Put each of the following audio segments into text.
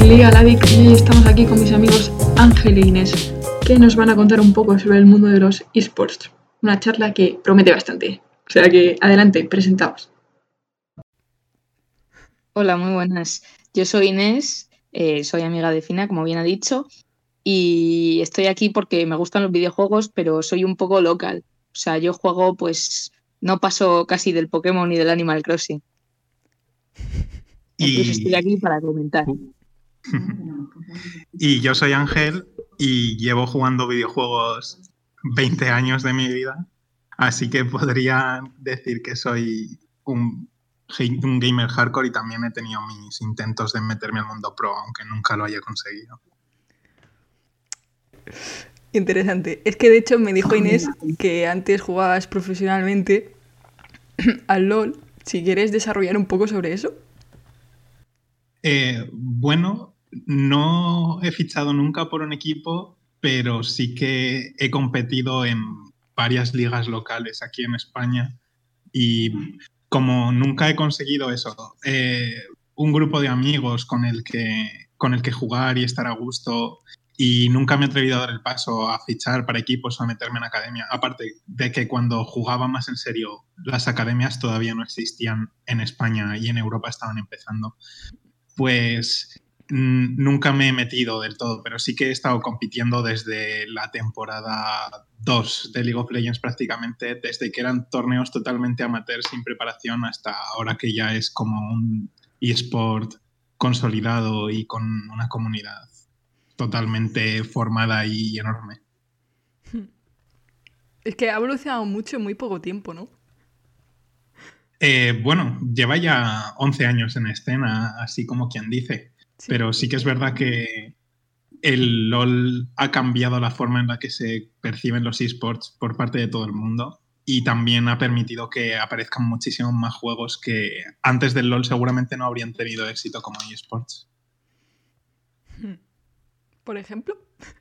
Liga Ladic y estamos aquí con mis amigos Ángel e Inés, que nos van a contar un poco sobre el mundo de los eSports. Una charla que promete bastante. O sea que, adelante, presentaos. Hola, muy buenas. Yo soy Inés, soy amiga de Fina, como bien ha dicho, y estoy aquí porque me gustan los videojuegos, pero soy un poco local. O sea, yo juego, pues, no paso casi del Pokémon ni del Animal Crossing. Entonces estoy aquí para comentar. Y yo soy Ángel y llevo jugando videojuegos 20 años de mi vida, así que podría decir que soy un gamer hardcore y también he tenido mis intentos de meterme al mundo pro, aunque nunca lo haya conseguido. Interesante. Es que de hecho me dijo Inés que antes jugabas profesionalmente al LOL. Si quieres desarrollar un poco sobre eso. Bueno, no he fichado nunca por un equipo, pero sí que he competido en varias ligas locales aquí en España y como nunca he conseguido eso, un grupo de amigos con el que jugar y estar a gusto, y nunca me he atrevido a dar el paso a fichar para equipos o a meterme en academia. Aparte de que cuando jugaba más en serio, las academias todavía no existían en España y en Europa estaban empezando. Pues nunca me he metido del todo, pero sí que he estado compitiendo desde la temporada 2 de League of Legends prácticamente, desde que eran torneos totalmente amateurs sin preparación hasta ahora que ya es como un eSport consolidado y con una comunidad totalmente formada y enorme. Es que ha evolucionado mucho en muy poco tiempo, ¿no? Bueno, lleva ya 11 años en escena, así como quien dice, sí. Pero sí que es verdad que el LoL ha cambiado la forma en la que se perciben los eSports por parte de todo el mundo y también ha permitido que aparezcan muchísimos más juegos que antes del LoL seguramente no habrían tenido éxito como eSports. ¿Por ejemplo?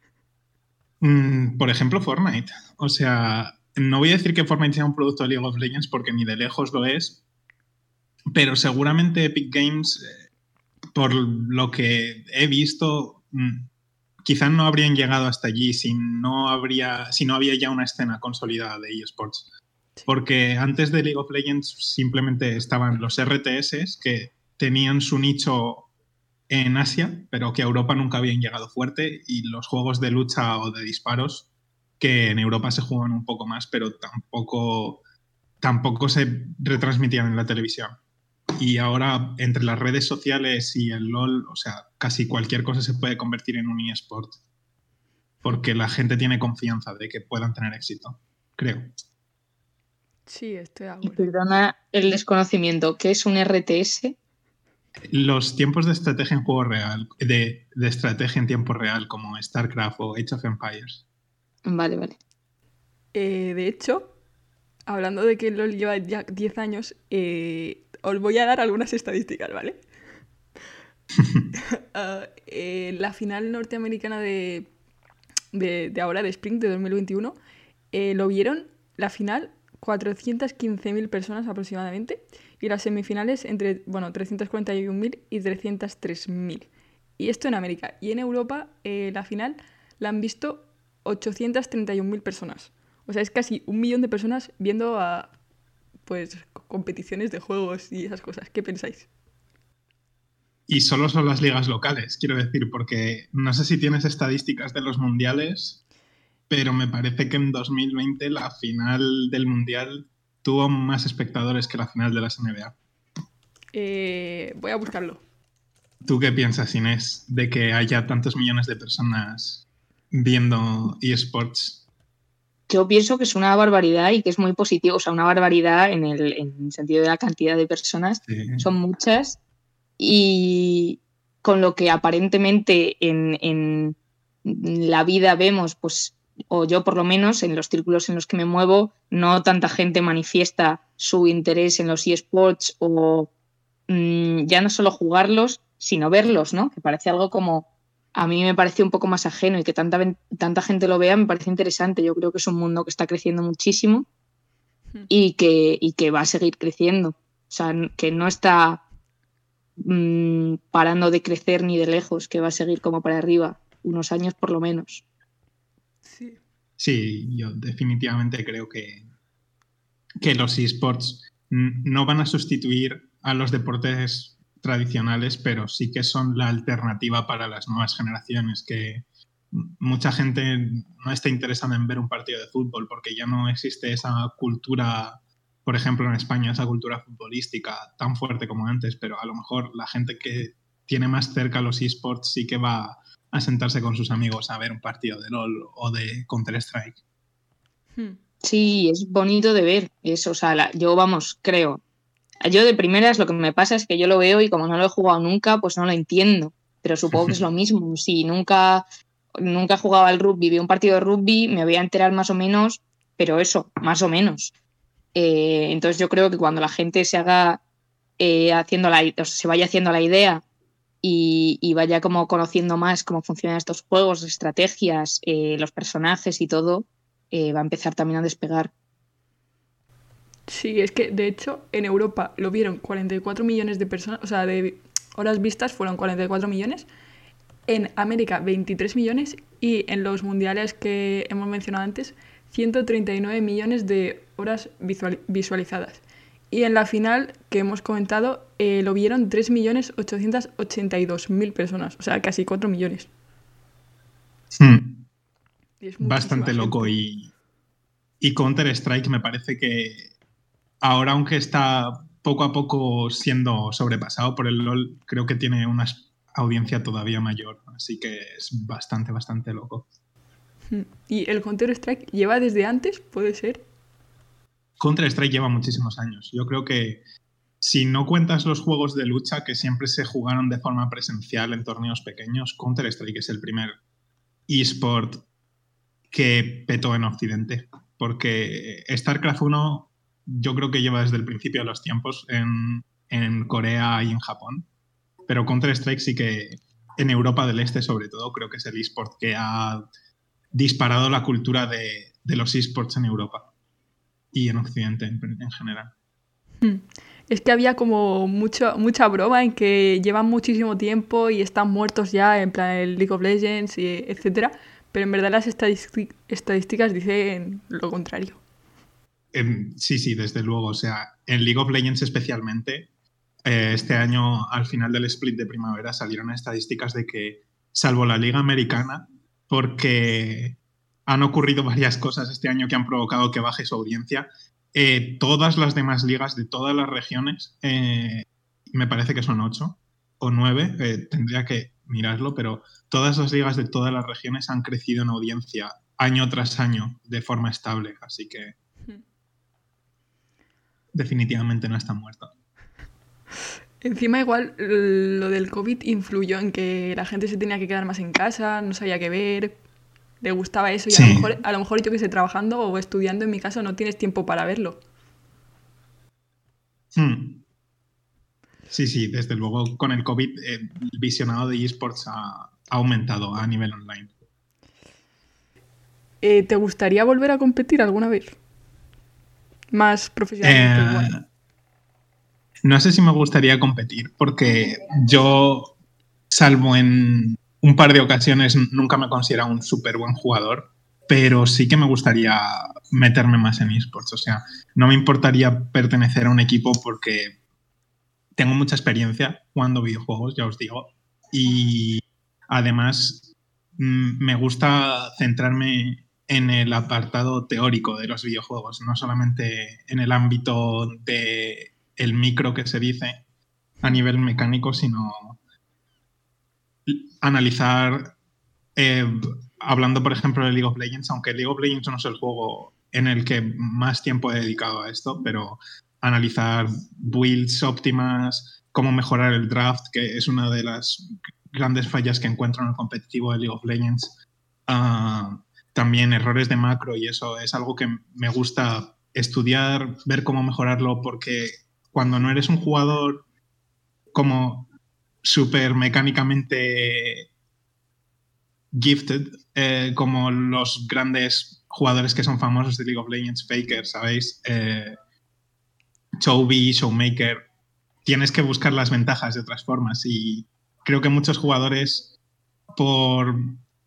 Por ejemplo, Fortnite. O sea, no voy a decir que Fortnite sea un producto de League of Legends porque ni de lejos lo es, pero seguramente Epic Games, por lo que he visto, quizás no habrían llegado hasta allí si no había ya una escena consolidada de eSports. Porque antes de League of Legends simplemente estaban los RTS que tenían su nicho en Asia, pero que a Europa nunca habían llegado fuerte, y los juegos de lucha o de disparos que en Europa se juegan un poco más, pero tampoco se retransmitían en la televisión. Y ahora, entre las redes sociales y el LoL, o sea, casi cualquier cosa se puede convertir en un eSport. Porque la gente tiene confianza de que puedan tener éxito, creo. Sí, estoy de Y acuerdo. perdona el desconocimiento, ¿qué es un RTS? Los tiempos de estrategia en juego real, de estrategia en tiempo real, como StarCraft o Age of Empires. Vale. De hecho, hablando de que LoL lleva ya 10 años, os voy a dar algunas estadísticas, ¿vale? La final norteamericana de ahora, de Spring, de 2021, lo vieron, la final, 415.000 personas aproximadamente, y las semifinales entre 341.000 y 303.000. Y esto en América. Y en Europa, la final la han visto 831.000 personas. O sea, es casi 1 millón de personas viendo a, pues, competiciones de juegos y esas cosas. ¿Qué pensáis? Y solo son las ligas locales, quiero decir, porque no sé si tienes estadísticas de los mundiales, pero me parece que en 2020 la final del mundial tuvo más espectadores que la final de las NBA. Voy a buscarlo. ¿Tú qué piensas, Inés, de que haya tantos millones de personas viendo eSports? Yo pienso que es una barbaridad y que es muy positivo. O sea, una barbaridad en el sentido de la cantidad de personas. Sí. Son muchas. Y con lo que aparentemente en la vida vemos, pues, o yo por lo menos en los círculos en los que me muevo, no tanta gente manifiesta su interés en los eSports o ya no solo jugarlos, sino verlos, ¿no? Que parece algo como, a mí me parece un poco más ajeno, y que tanta gente lo vea me parece interesante. Yo creo que es un mundo que está creciendo muchísimo y que va a seguir creciendo. O sea, que no está parando de crecer ni de lejos, que va a seguir como para arriba, unos años por lo menos. Sí. Sí, yo definitivamente creo que los esports no van a sustituir a los deportes tradicionales, pero sí que son la alternativa para las nuevas generaciones, que mucha gente no está interesada en ver un partido de fútbol porque ya no existe esa cultura, por ejemplo en España, esa cultura futbolística tan fuerte como antes, pero a lo mejor la gente que tiene más cerca los esports sí que va a sentarse con sus amigos a ver un partido de LOL o de Counter-Strike. Sí, es bonito de ver eso, o sea, yo creo. Yo de primeras lo que me pasa es que yo lo veo y como no lo he jugado nunca, pues no lo entiendo, pero supongo que es lo mismo. Si nunca jugaba al rugby, vi un partido de rugby, me voy a enterar más o menos, pero eso, más o menos. Entonces yo creo que cuando la gente se haga se vaya haciendo la idea y vaya como conociendo más cómo funcionan estos juegos, estrategias, los personajes y todo, va a empezar también a despegar. Sí, es que de hecho en Europa lo vieron 44 millones de personas, o sea, de horas vistas fueron 44 millones, en América 23 millones y en los mundiales que hemos mencionado antes 139 millones de horas visualizadas. Y en la final que hemos comentado lo vieron 3.882.000 personas, o sea, casi 4 millones. Y es bastante loco. Y Counter-Strike me parece que ahora, aunque está poco a poco siendo sobrepasado por el LoL, creo que tiene una audiencia todavía mayor, así que es bastante, bastante loco. ¿Y el Counter-Strike lleva desde antes? ¿Puede ser? Counter-Strike lleva muchísimos años. Yo creo que si no cuentas los juegos de lucha que siempre se jugaron de forma presencial en torneos pequeños, Counter-Strike es el primer eSport que petó en Occidente, porque StarCraft 1 yo creo que lleva desde el principio de los tiempos en Corea y en Japón, pero Counter-Strike sí que en Europa del Este sobre todo creo que es el eSport que ha disparado la cultura de los eSports en Europa y en Occidente en general. Es que había como mucha broma en que llevan muchísimo tiempo y están muertos ya, en plan el League of Legends, etcétera, pero en verdad las estadísticas dicen lo contrario. Sí, desde luego. O sea, en League of Legends especialmente, este año al final del split de primavera salieron estadísticas de que, salvo la Liga Americana, porque han ocurrido varias cosas este año que han provocado que baje su audiencia, todas las demás ligas de todas las regiones, me parece que son 8 o 9, tendría que mirarlo, pero todas las ligas de todas las regiones han crecido en audiencia año tras año de forma estable, así que definitivamente no está muerto. Encima igual lo del COVID influyó en que la gente se tenía que quedar más en casa, no sabía qué ver, le gustaba eso y Sí. a lo mejor yo que sé, trabajando o estudiando en mi caso no tienes tiempo para verlo. Sí, desde luego con el COVID el visionado de eSports ha aumentado a nivel online. ¿Te gustaría volver a competir alguna vez? Más profesionalmente igual. No sé si me gustaría competir porque yo, salvo en un par de ocasiones, nunca me considero un súper buen jugador, pero sí que me gustaría meterme más en eSports. O sea, no me importaría pertenecer a un equipo porque tengo mucha experiencia jugando videojuegos, ya os digo, y además me gusta centrarme en el apartado teórico de los videojuegos, no solamente en el ámbito de el micro que se dice a nivel mecánico, sino analizar, hablando por ejemplo de League of Legends, aunque League of Legends no es el juego en el que más tiempo he dedicado a esto, pero analizar builds óptimas, cómo mejorar el draft, que es una de las grandes fallas que encuentro en el competitivo de League of Legends. También errores de macro, y eso es algo que me gusta estudiar, ver cómo mejorarlo, porque cuando no eres un jugador como súper mecánicamente gifted, como los grandes jugadores que son famosos de League of Legends, Faker, ¿sabéis? Chovy, Showmaker, tienes que buscar las ventajas de otras formas y creo que muchos jugadores por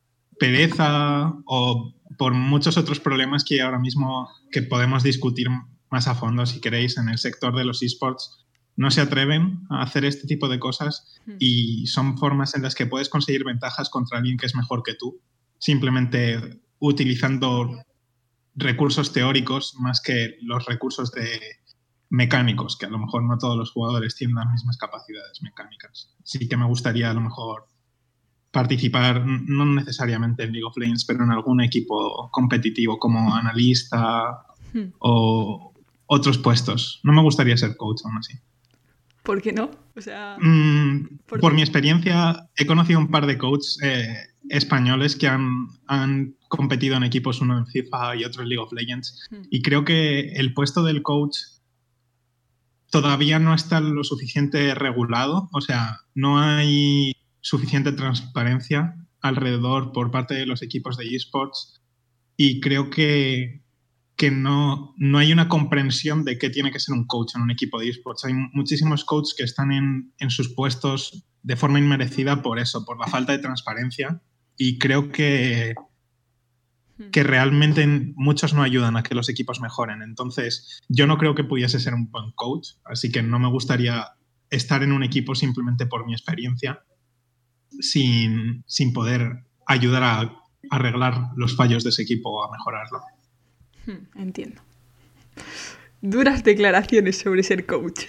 pereza o por muchos otros problemas que ahora mismo que podemos discutir más a fondo si queréis en el sector de los esports no se atreven a hacer este tipo de cosas y son formas en las que puedes conseguir ventajas contra alguien que es mejor que tú, simplemente utilizando recursos teóricos más que los recursos de mecánicos, que a lo mejor no todos los jugadores tienen las mismas capacidades mecánicas. Sí que me gustaría a lo mejor participar, no necesariamente en League of Legends, pero en algún equipo competitivo como analista o otros puestos. No me gustaría ser coach aún así. ¿Por qué no? O sea, por mi experiencia, he conocido un par de coaches españoles que han competido en equipos, uno en FIFA y otro en League of Legends, y creo que el puesto del coach todavía no está lo suficiente regulado, o sea, no hay suficiente transparencia alrededor por parte de los equipos de esports y creo que no hay una comprensión de qué tiene que ser un coach en un equipo de esports. Hay muchísimos coaches que están en sus puestos de forma inmerecida por eso, por la falta de transparencia y creo que realmente muchos no ayudan a que los equipos mejoren. Entonces, yo no creo que pudiese ser un buen coach, así que no me gustaría estar en un equipo simplemente por mi experiencia sin poder ayudar a arreglar los fallos de ese equipo o a mejorarlo. Entiendo. Duras declaraciones sobre ser coach.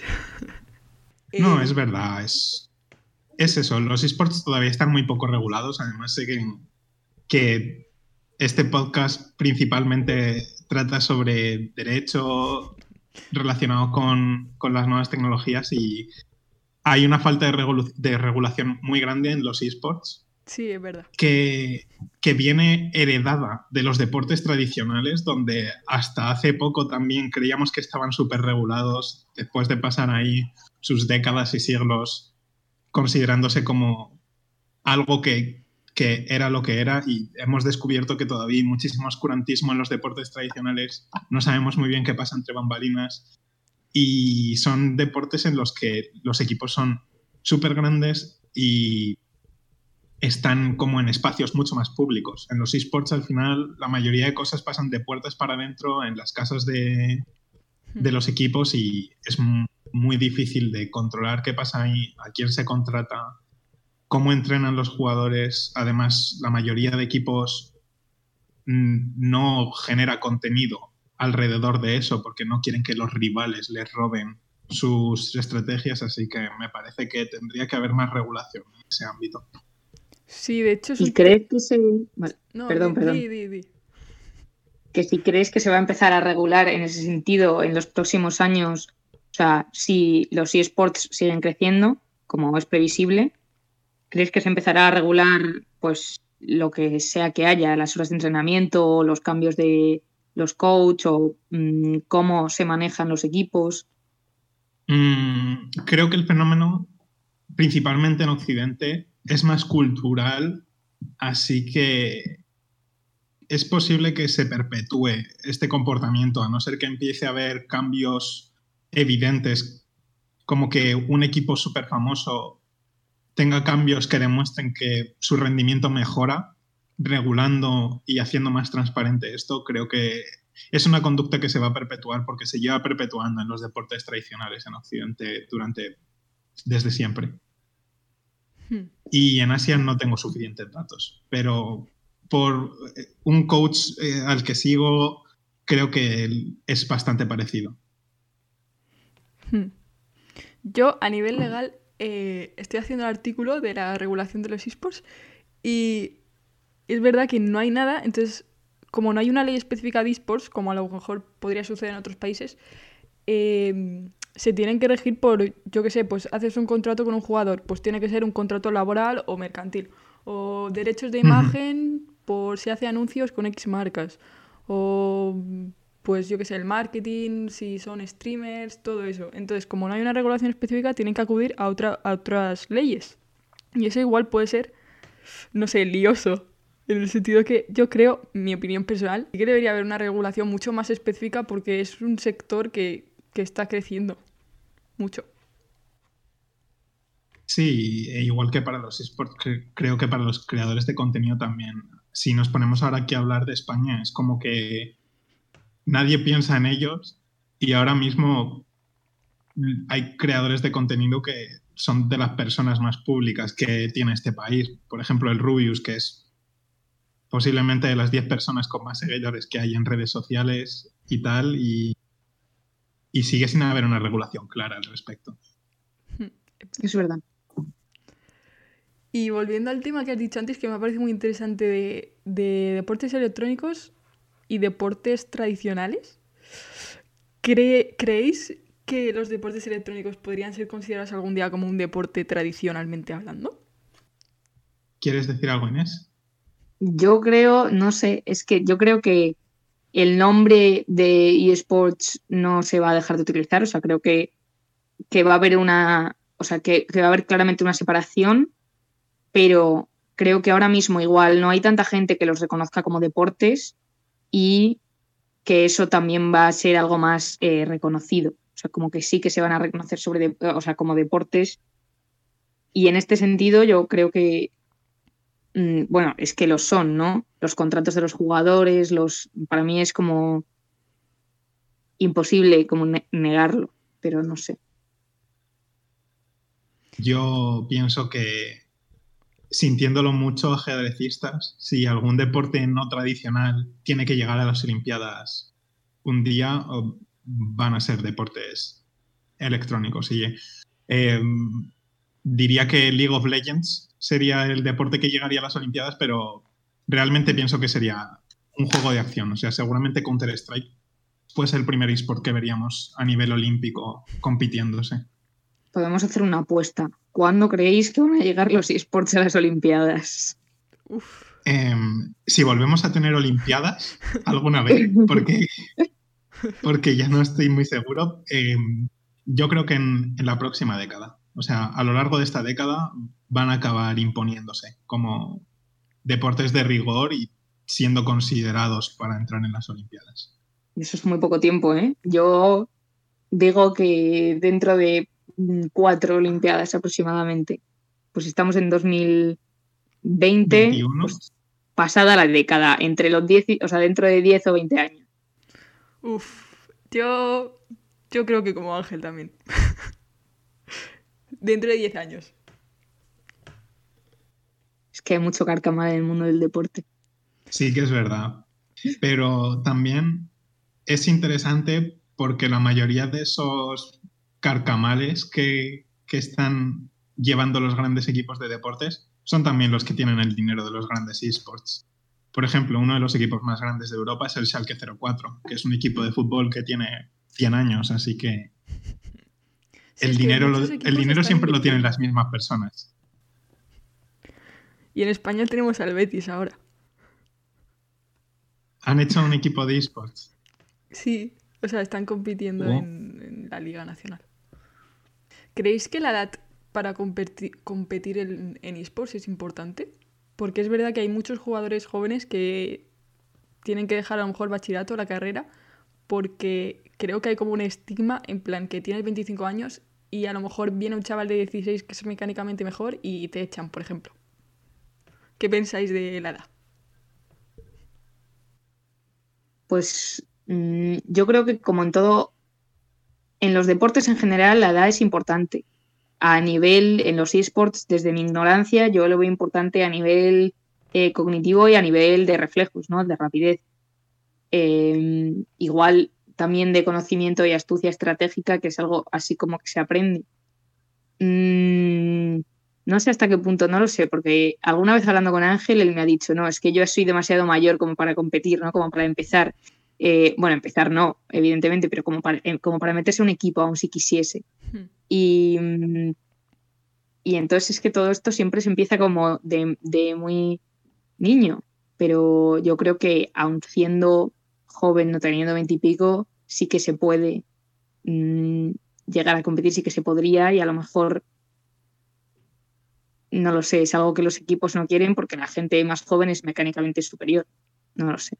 No, es verdad, es eso. Los esports todavía están muy poco regulados. Además, sé que este podcast principalmente trata sobre derecho relacionado con las nuevas tecnologías y hay una falta de regulación muy grande en los esports. Sí, es verdad. Que viene heredada de los deportes tradicionales, donde hasta hace poco también creíamos que estaban súper regulados, después de pasar ahí sus décadas y siglos considerándose como algo que era lo que era, y hemos descubierto que todavía hay muchísimo oscurantismo en los deportes tradicionales, no sabemos muy bien qué pasa entre bambalinas, y son deportes en los que los equipos son súper grandes y están como en espacios mucho más públicos. En los esports, al final, la mayoría de cosas pasan de puertas para adentro en las casas de los equipos y es muy difícil de controlar qué pasa ahí, a quién se contrata, cómo entrenan los jugadores. Además, la mayoría de equipos no genera contenido alrededor de eso porque no quieren que los rivales les roben sus estrategias, así que me parece que tendría que haber más regulación en ese ámbito. Sí, de hecho... ¿Y crees que se...? Vale. No, perdón. Di. Que si crees que se va a empezar a regular en ese sentido en los próximos años, o sea, si los eSports siguen creciendo, como es previsible, ¿crees que se empezará a regular pues lo que sea que haya, las horas de entrenamiento, los cambios de los coach o cómo se manejan los equipos? Creo que el fenómeno, principalmente en Occidente, es más cultural, así que es posible que se perpetúe este comportamiento, a no ser que empiece a haber cambios evidentes, como que un equipo súper famoso tenga cambios que demuestren que su rendimiento mejora, regulando y haciendo más transparente esto. Creo que es una conducta que se va a perpetuar porque se lleva perpetuando en los deportes tradicionales en Occidente desde siempre. Y en Asia no tengo suficientes datos, pero por un coach al que sigo, creo que es bastante parecido. Yo, a nivel legal, estoy haciendo el artículo de la regulación de los esports y es verdad que no hay nada, entonces, como no hay una ley específica de esports, como a lo mejor podría suceder en otros países, se tienen que regir por, yo qué sé, pues haces un contrato con un jugador, pues tiene que ser un contrato laboral o mercantil, o derechos de imagen por si hace anuncios con X marcas, o pues yo qué sé, el marketing, si son streamers, todo eso. Entonces, como no hay una regulación específica, tienen que acudir a otras leyes. Y eso igual puede ser, no sé, lioso. En el sentido que yo creo, mi opinión personal, que debería haber una regulación mucho más específica porque es un sector que está creciendo mucho. Sí, e igual que para los esports, creo que para los creadores de contenido también. Si nos ponemos ahora aquí a hablar de España, es como que nadie piensa en ellos y ahora mismo hay creadores de contenido que son de las personas más públicas que tiene este país. Por ejemplo, el Rubius, que es posiblemente de las 10 personas con más seguidores que hay en redes sociales y tal, y sigue sin haber una regulación clara al respecto. Es verdad. Y volviendo al tema que has dicho antes, que me parece muy interesante de deportes electrónicos y deportes tradicionales, ¿creéis que los deportes electrónicos podrían ser considerados algún día como un deporte tradicionalmente hablando? ¿Quieres decir algo, Inés? Yo creo, no sé, es que yo creo que el nombre de eSports no se va a dejar de utilizar, o sea, creo que va a haber que va a haber claramente una separación, pero creo que ahora mismo igual no hay tanta gente que los reconozca como deportes y que eso también va a ser algo más reconocido. O sea, como que sí que se van a reconocer como deportes. Y en este sentido yo creo que, bueno, es que lo son, ¿no? Los contratos de los jugadores, para mí es como imposible como negarlo, pero no sé. Yo pienso que, sintiéndolo mucho, ajedrecistas, si algún deporte no tradicional tiene que llegar a las Olimpiadas un día, van a ser deportes electrónicos. Y diría que League of Legends sería el deporte que llegaría a las Olimpiadas, pero realmente pienso que sería un juego de acción. O sea, seguramente Counter-Strike puede ser el primer esport que veríamos a nivel olímpico compitiéndose. Podemos hacer una apuesta. ¿Cuándo creéis que van a llegar los eSports a las Olimpiadas? Uf. Si volvemos a tener Olimpiadas alguna vez, porque ya no estoy muy seguro, yo creo que en la próxima década. O sea, a lo largo de esta década van a acabar imponiéndose como deportes de rigor y siendo considerados para entrar en las Olimpiadas. Eso es muy poco tiempo, ¿eh? Yo digo que dentro de 4 Olimpiadas aproximadamente, pues estamos en 2020, 21. pues pasada la década, dentro de 10 o 20 años. Uf. Yo creo que como Ángel también. Dentro de 10 años. Es que hay mucho carcamal en el mundo del deporte. Sí que es verdad. Pero también es interesante porque la mayoría de esos carcamales que están llevando los grandes equipos de deportes son también los que tienen el dinero de los grandes esports. Por ejemplo, uno de los equipos más grandes de Europa es el Schalke 04, que es un equipo de fútbol que tiene 100 años, así que Sí, el es que dinero, muchos el equipos dinero están siempre lo tienen invirtiendo. las mismas personas. Y en España tenemos al Betis ahora. Han hecho un equipo de esports. Sí, o sea, están compitiendo Oh. en la Liga Nacional. ¿Creéis que la edad para competir en esports es importante? Porque es verdad que hay muchos jugadores jóvenes que tienen que dejar a lo mejor el bachillerato o la carrera porque creo que hay como un estigma en plan que tienes 25 años y a lo mejor viene un chaval de 16 que es mecánicamente mejor y te echan, por ejemplo. ¿Qué pensáis de la edad? Pues yo creo que como en todo, en los deportes en general, la edad es importante. A nivel, en los esports, desde mi ignorancia, yo lo veo importante a nivel cognitivo y a nivel de reflejos, ¿no? De rapidez. Igual también de conocimiento y astucia estratégica, que es algo así como que se aprende. No sé hasta qué punto, no lo sé, porque alguna vez hablando con Ángel, él me ha dicho, no, es que yo soy demasiado mayor como para competir, ¿no? Como para empezar. Bueno, empezar no, evidentemente, pero como para meterse a un equipo, aún si quisiese. Y, y entonces es que todo esto siempre se empieza como de muy niño, pero yo creo que aun siendo joven, no teniendo 20 y pico, sí que se puede llegar a competir, sí que se podría y a lo mejor, no lo sé, es algo que los equipos no quieren porque la gente más joven es mecánicamente superior, no lo sé.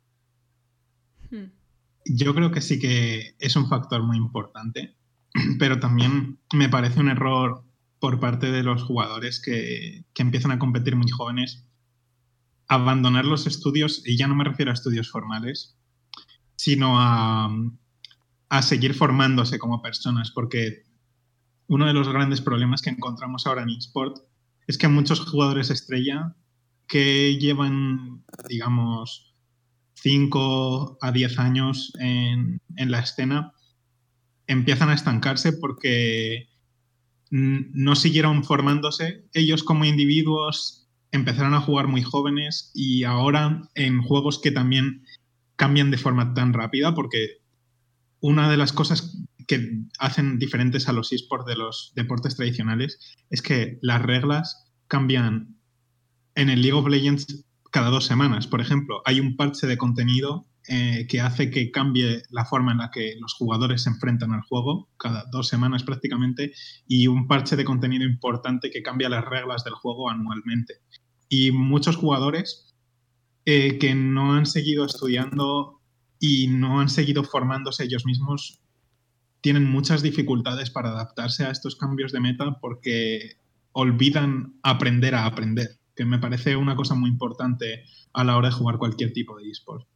Yo creo que sí que es un factor muy importante, pero también me parece un error por parte de los jugadores que empiezan a competir muy jóvenes, abandonar los estudios, y ya no me refiero a estudios formales, sino a seguir formándose como personas, porque uno de los grandes problemas que encontramos ahora en eSport es que muchos jugadores estrella que llevan, digamos, 5 a 10 años en la escena empiezan a estancarse porque no siguieron formándose. Ellos como individuos empezaron a jugar muy jóvenes y ahora en juegos que también cambian de forma tan rápida, porque una de las cosas que hacen diferentes a los eSports de los deportes tradicionales es que las reglas cambian en el League of Legends cada 2 semanas. Por ejemplo, hay un parche de contenido que hace que cambie la forma en la que los jugadores se enfrentan al juego, cada 2 semanas prácticamente, y un parche de contenido importante que cambia las reglas del juego anualmente. Y muchos jugadores que no han seguido estudiando y no han seguido formándose ellos mismos tienen muchas dificultades para adaptarse a estos cambios de meta porque olvidan aprender a aprender, que me parece una cosa muy importante a la hora de jugar cualquier tipo de eSport.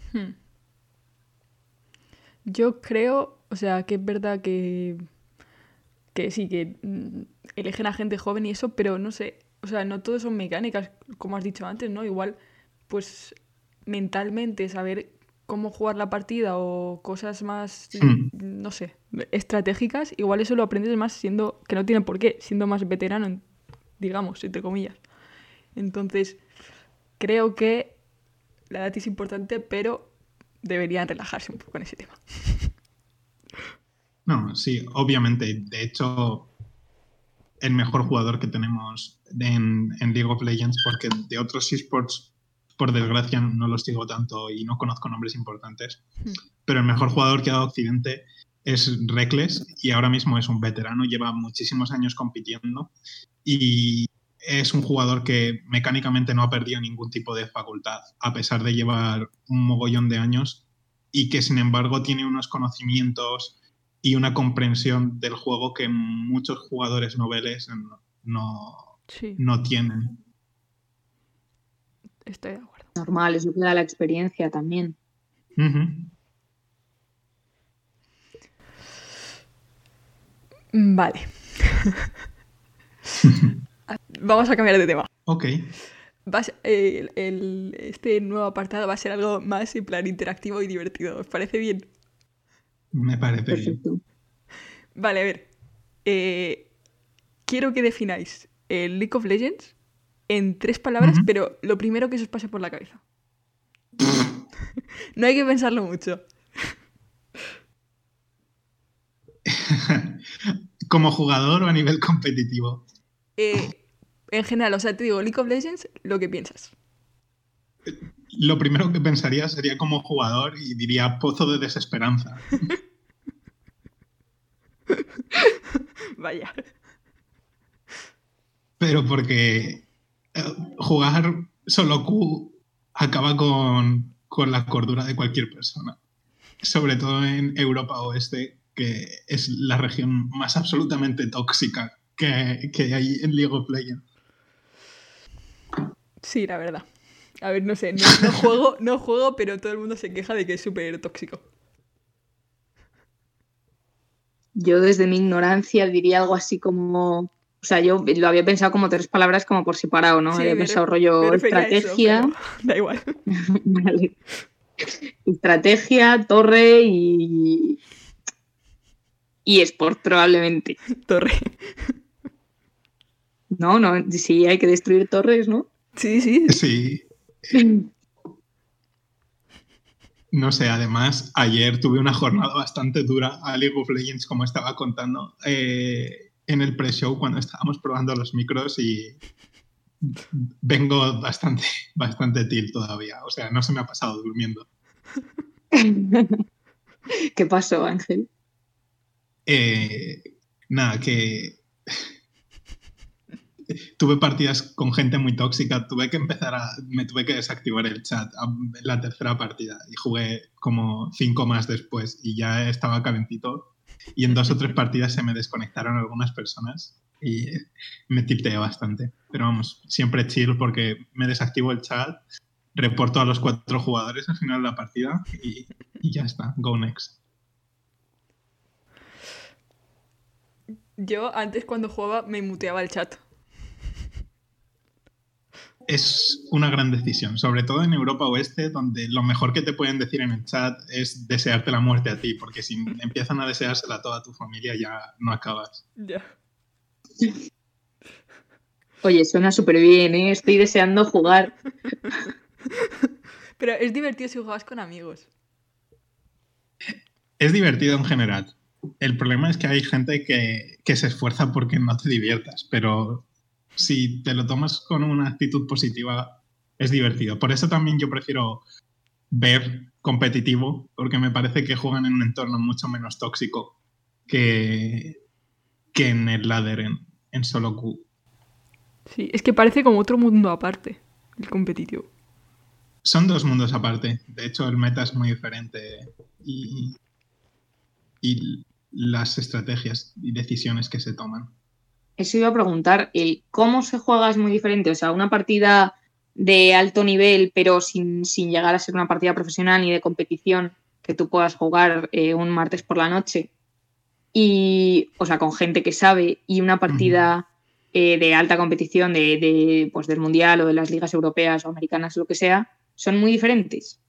Yo creo, o sea, que es verdad que sí, que eligen a gente joven y eso, pero no sé, o sea, no todo son mecánicas, como has dicho antes, ¿no? Igual, pues mentalmente saber cómo jugar la partida o cosas más, no sé, estratégicas, igual eso lo aprendes más siendo, que no tiene por qué, siendo más veterano, digamos, entre comillas. Entonces, creo que la edad es importante, pero deberían relajarse un poco en ese tema. No, sí, obviamente. De hecho, el mejor jugador que tenemos en League of Legends, porque de otros eSports, por desgracia, no los sigo tanto y no conozco nombres importantes, pero el mejor jugador que ha dado Occidente es Reckless y ahora mismo es un veterano, lleva muchísimos años compitiendo y es un jugador que mecánicamente no ha perdido ningún tipo de facultad, a pesar de llevar un mogollón de años y que sin embargo tiene unos conocimientos y una comprensión del juego que muchos jugadores noveles no tienen. Estoy de acuerdo. Normal, es lo que da la experiencia también. Vale. Vamos a cambiar de tema. Ok. Este nuevo apartado va a ser algo más en plan interactivo y divertido. ¿Os parece bien? Me parece Perfecto. bien. Vale, a ver. Quiero que defináis el League of Legends en 3 palabras, pero lo primero que se os pase por la cabeza. No hay que pensarlo mucho. ¿Como jugador o a nivel competitivo? En general, o sea, te digo, League of Legends, lo que piensas. Lo primero que pensaría sería como jugador y diría pozo de desesperanza. Vaya. Pero porque jugar solo Q acaba con la cordura de cualquier persona. Sobre todo en Europa Oeste, que es la región más absolutamente tóxica que hay en League of Legends. Sí, la verdad. A ver, no sé, no juego, pero todo el mundo se queja de que es súper tóxico. Yo desde mi ignorancia diría algo así como... O sea, yo lo había pensado como 3 palabras como por separado, ¿no? Sí, había pensado rollo estrategia... Eso, da igual. Vale. Estrategia, torre y eSport probablemente. Torre. No, sí, hay que destruir torres, ¿no? Sí. Sí. No sé, además, ayer tuve una jornada bastante dura a League of Legends, como estaba contando en el pre-show cuando estábamos probando los micros y vengo bastante tilt todavía. O sea, no se me ha pasado durmiendo. ¿Qué pasó, Ángel? Nada, que tuve partidas con gente muy tóxica, me tuve que desactivar el chat en la tercera partida y jugué como 5 más después y ya estaba calentito y en 2 o 3 partidas se me desconectaron algunas personas y me tilteo bastante. Pero vamos, siempre chill porque me desactivo el chat, reporto a los 4 jugadores al final de la partida y ya está, go next. Yo antes cuando jugaba me muteaba el chat. Es una gran decisión, sobre todo en Europa Oeste, donde lo mejor que te pueden decir en el chat es desearte la muerte a ti, porque si empiezan a deseársela a toda tu familia ya no acabas. Ya. Oye, suena súper bien, ¿eh? Estoy deseando jugar. Pero es divertido si juegas con amigos. Es divertido en general. El problema es que hay gente que se esfuerza porque no te diviertas, pero si te lo tomas con una actitud positiva, es divertido. Por eso también yo prefiero ver competitivo, porque me parece que juegan en un entorno mucho menos tóxico que en el ladder en solo Q. Sí, es que parece como otro mundo aparte, el competitivo. Son 2 mundos aparte. De hecho, el meta es muy diferente y las estrategias y decisiones que se toman. Eso iba a preguntar, el cómo se juega es muy diferente. O sea, una partida de alto nivel, pero sin llegar a ser una partida profesional ni de competición, que tú puedas jugar un martes por la noche, y, o sea, con gente que sabe, y una partida de alta competición pues del Mundial o de las ligas europeas o americanas, lo que sea, son muy diferentes.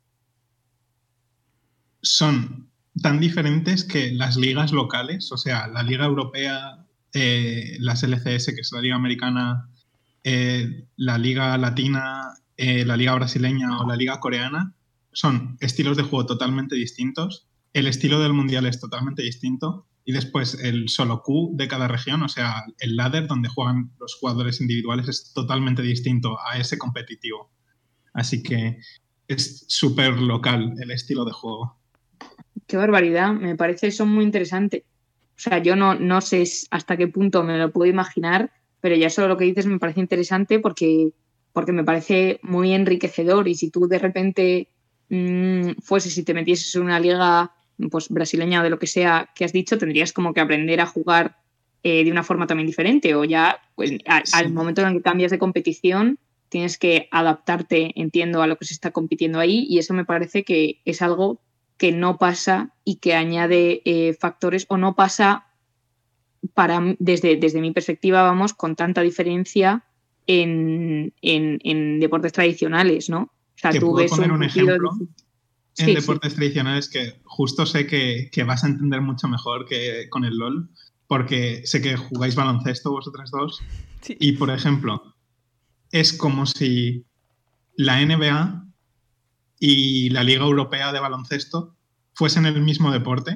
Son tan diferentes que las ligas locales, o sea, la Liga Europea, las LCS, que es la Liga Americana, la Liga Latina, la Liga Brasileña o la Liga Coreana, son estilos de juego totalmente distintos. El estilo del Mundial es totalmente distinto. Y después el solo Q de cada región, o sea, el ladder donde juegan los jugadores individuales, es totalmente distinto a ese competitivo. Así que es súper local el estilo de juego. Qué barbaridad, me parece eso muy interesante. O sea, yo no sé hasta qué punto me lo puedo imaginar, pero ya solo lo que dices me parece interesante porque me parece muy enriquecedor. Y si tú de repente fueses y te metieses en una liga pues brasileña o de lo que sea que has dicho, tendrías como que aprender a jugar de una forma también diferente. O ya, pues, al momento en el que cambias de competición, tienes que adaptarte, entiendo, a lo que se está compitiendo ahí, y eso me parece que es algo que no pasa y que añade factores, o no pasa desde mi perspectiva, vamos, con tanta diferencia en deportes tradicionales, ¿no? O sea, Te tú puedo ves poner un ejemplo en Sí, deportes tradicionales que justo sé que vas a entender mucho mejor que con el LOL, porque sé que jugáis baloncesto vosotras dos. Sí. Y, por ejemplo, es como si la NBA y la Liga Europea de Baloncesto fuesen el mismo deporte,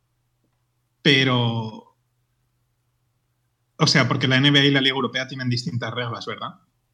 pero... O sea, porque la NBA y la Liga Europea tienen distintas reglas, ¿verdad?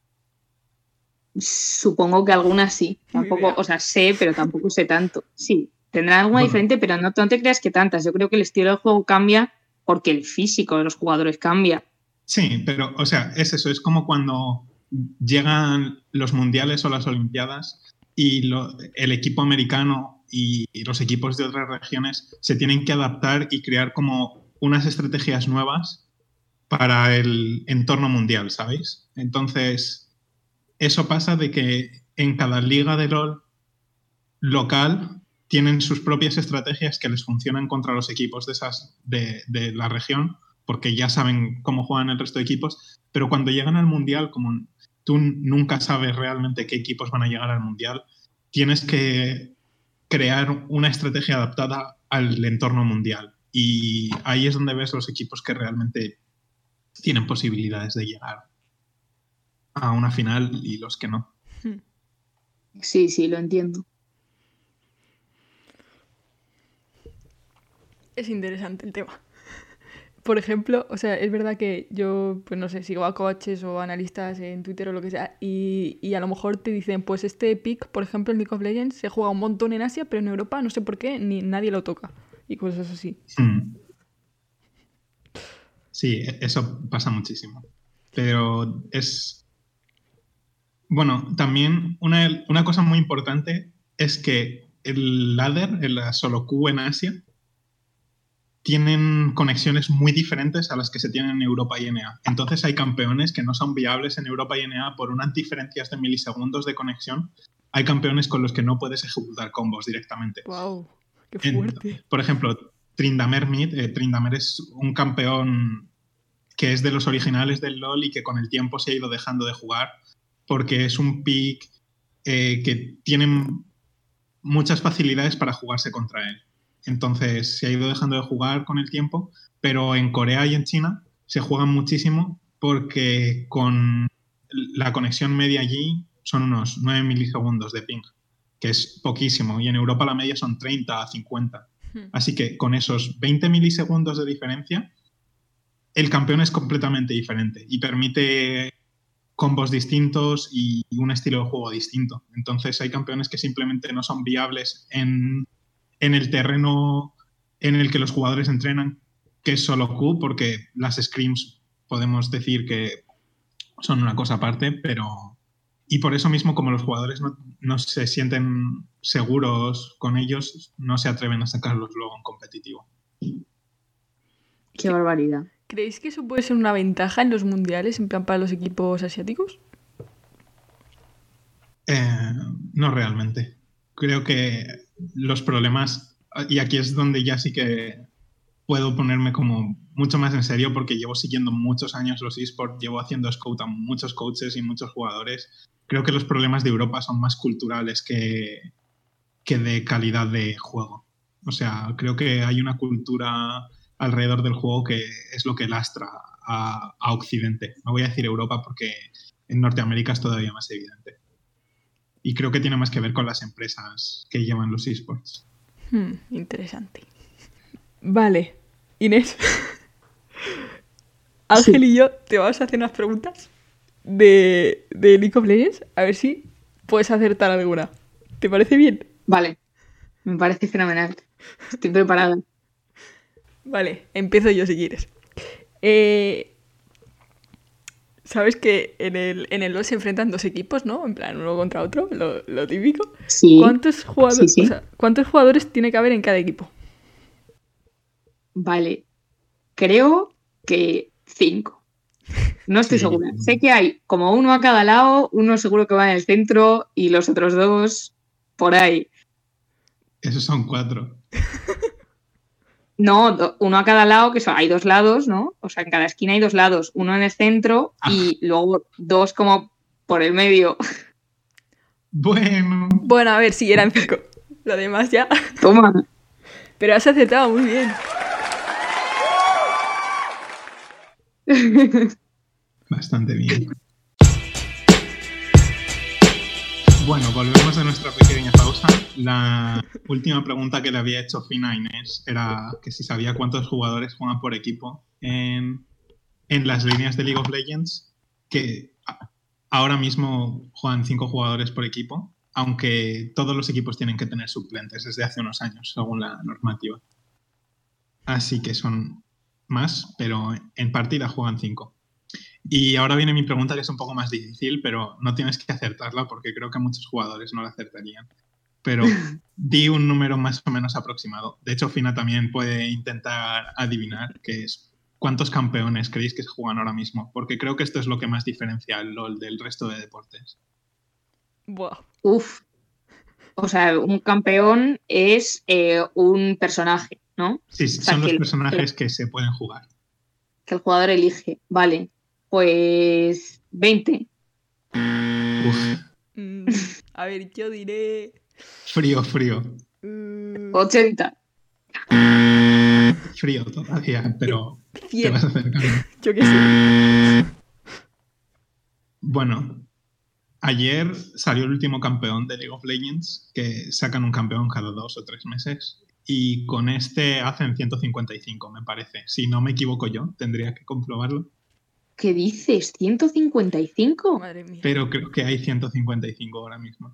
Supongo que algunas sí. Tampoco, o sea, sé, pero tampoco sé tanto. Sí, tendrán alguna diferente, pero no te creas que tantas. Yo creo que el estilo del juego cambia porque el físico de los jugadores cambia. Sí, pero, o sea, es eso, es como cuando llegan los mundiales o las olimpiadas y el equipo americano y los equipos de otras regiones se tienen que adaptar y crear como unas estrategias nuevas para el entorno mundial, ¿sabéis? Entonces, eso pasa de que en cada liga de LoL local tienen sus propias estrategias que les funcionan contra los equipos de la región, porque ya saben cómo juegan el resto de equipos, pero cuando llegan al Mundial, como tú nunca sabes realmente qué equipos van a llegar al Mundial, tienes que crear una estrategia adaptada al entorno mundial. Y ahí es donde ves los equipos que realmente tienen posibilidades de llegar a una final y los que no. Sí, sí, lo entiendo. Es interesante el tema. Por ejemplo, o sea, es verdad que yo, pues no sé, sigo a coaches o analistas en Twitter o lo que sea, y a lo mejor te dicen, pues este pick, por ejemplo, en League of Legends, se juega un montón en Asia, pero en Europa no sé por qué, ni nadie lo toca. Y cosas así. Sí, eso pasa muchísimo. Pero es... Bueno, también una cosa muy importante es que el ladder, el solo Q en Asia, tienen conexiones muy diferentes a las que se tienen en Europa y NA. Entonces hay campeones que no son viables en Europa y NA por unas diferencias de milisegundos de conexión. Hay campeones con los que no puedes ejecutar combos directamente. ¡Wow! ¡Qué fuerte! Por ejemplo, Tryndamere Mid. Tryndamere es un campeón que es de los originales del LoL y que con el tiempo se ha ido dejando de jugar porque es un pick que tiene muchas facilidades para jugarse contra él. Entonces se ha ido dejando de jugar con el tiempo, pero en Corea y en China se juegan muchísimo porque con la conexión media allí son unos 9 milisegundos de ping, que es poquísimo, y en Europa la media son 30 a 50. Así que con esos 20 milisegundos de diferencia, el campeón es completamente diferente y permite combos distintos y un estilo de juego distinto. Entonces hay campeones que simplemente no son viables en el terreno en el que los jugadores entrenan, que es solo Q, porque las scrims podemos decir que son una cosa aparte, pero... Y por eso mismo, como los jugadores no se sienten seguros con ellos, no se atreven a sacarlos luego en competitivo. Qué barbaridad. ¿Creéis que eso puede ser una ventaja en los mundiales, en plan para los equipos asiáticos? No realmente. Creo que los problemas, y aquí es donde ya sí que puedo ponerme como mucho más en serio porque llevo siguiendo muchos años los eSports, llevo haciendo scout a muchos coaches y muchos jugadores. Creo que los problemas de Europa son más culturales que de calidad de juego. O sea, creo que hay una cultura alrededor del juego que es lo que lastra a Occidente. No voy a decir Europa porque en Norteamérica es todavía más evidente. Y creo que tiene más que ver con las empresas que llevan los eSports. Interesante. Vale, Inés. Ángel y yo te vamos a hacer unas preguntas de League of Legends. A ver si puedes acertar alguna. ¿Te parece bien? Vale, me parece fenomenal. Estoy preparada. Vale, empiezo yo si quieres. Sabes que en el LoL se enfrentan dos equipos, ¿no? En plan, uno contra otro, lo típico. Sí. ¿Cuántos jugadores, Sí. O sea, ¿cuántos jugadores tiene que haber en cada equipo? Vale, creo que 5. No estoy segura. Sé que hay como uno a cada lado, uno seguro que va en el centro y los otros 2 por ahí. Esos son 4. No, uno a cada lado, que hay 2 lados, ¿no? O sea, en cada esquina hay 2 lados, uno en el centro y luego 2 como por el medio. Bueno, a ver, sí, eran 5. Lo demás ya. Toma. Pero has acertado muy bien. Bastante bien. Bueno, volvemos de nuestra pequeña pausa. La última pregunta que le había hecho Fina a Inés era que si sabía cuántos jugadores juegan por equipo en las líneas de League of Legends, que ahora mismo juegan 5 jugadores por equipo, aunque todos los equipos tienen que tener suplentes desde hace unos años, según la normativa. Así que son más, pero en partida juegan 5. Y ahora viene mi pregunta, que es un poco más difícil, pero no tienes que acertarla porque creo que muchos jugadores no la acertarían. Pero di un número más o menos aproximado. De hecho, Fina también puede intentar adivinar, que es ¿cuántos campeones creéis que se juegan ahora mismo? Porque creo que esto es lo que más diferencia al LoL del resto de deportes. Buah. Uf. O sea, un campeón es un personaje, ¿no? Sí, o sea, son los personajes que se pueden jugar. Que el jugador elige. Vale, pues 20. A ver, yo diré... Frío. 80. Frío todavía, pero 100. te vas acercando. Yo qué sé. Bueno, ayer salió el último campeón de League of Legends, que sacan un campeón cada 2 o 3 meses. Y con este hacen 155, me parece. Si no me equivoco yo, tendría que comprobarlo. ¿Qué dices? ¿155? Madre mía. Pero creo que hay 155 ahora mismo.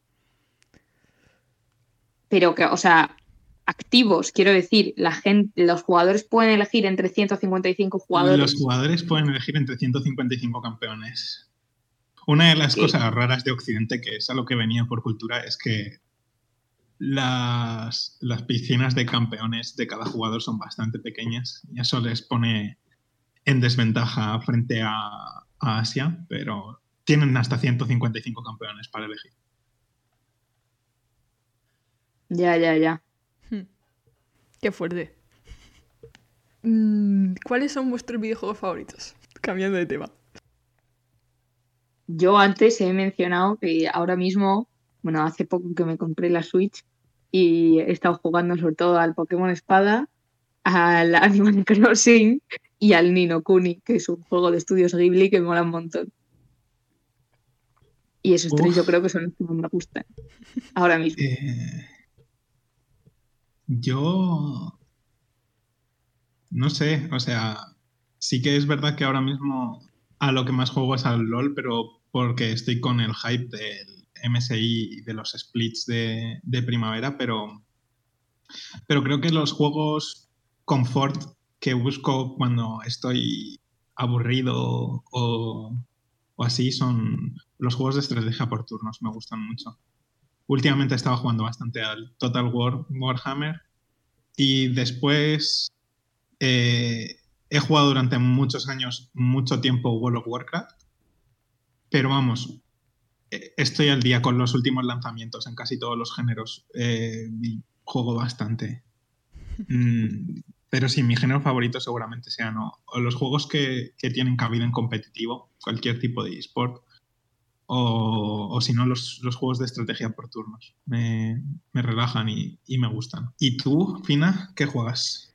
Pero que, o sea, activos, quiero decir, los jugadores pueden elegir entre 155 jugadores. Los jugadores pueden elegir entre 155 campeones. Una de las cosas raras de Occidente, que es a lo que venía por cultura, es que las piscinas de campeones de cada jugador son bastante pequeñas y eso les pone en desventaja frente a Asia, pero tienen hasta 155 campeones para elegir. Ya. Qué fuerte. ¿Cuáles son vuestros videojuegos favoritos? Cambiando de tema. Yo antes he mencionado que ahora mismo, bueno, hace poco que me compré la Switch y he estado jugando sobre todo al Pokémon Espada, al Animal Crossing y al Ni no Kuni, que es un juego de estudios Ghibli que me mola un montón. Y esos tres yo creo que son los que más me gustan ahora mismo. Yo no sé, o sea, sí que es verdad que ahora mismo a lo que más juego es al LOL, pero porque estoy con el hype del MSI y de los splits de primavera, pero creo que los juegos confort que busco cuando estoy aburrido o así son los juegos de estrategia por turnos, me gustan mucho. Últimamente estaba jugando bastante al Total War Warhammer y después he jugado durante muchos años, mucho tiempo World of Warcraft, pero vamos, estoy al día con los últimos lanzamientos en casi todos los géneros y juego bastante. Pero sí, mi género favorito seguramente sean o los juegos que tienen cabida en competitivo, cualquier tipo de eSport, o si no, los juegos de estrategia por turnos. Me relajan y me gustan. ¿Y tú, Fina, qué juegas?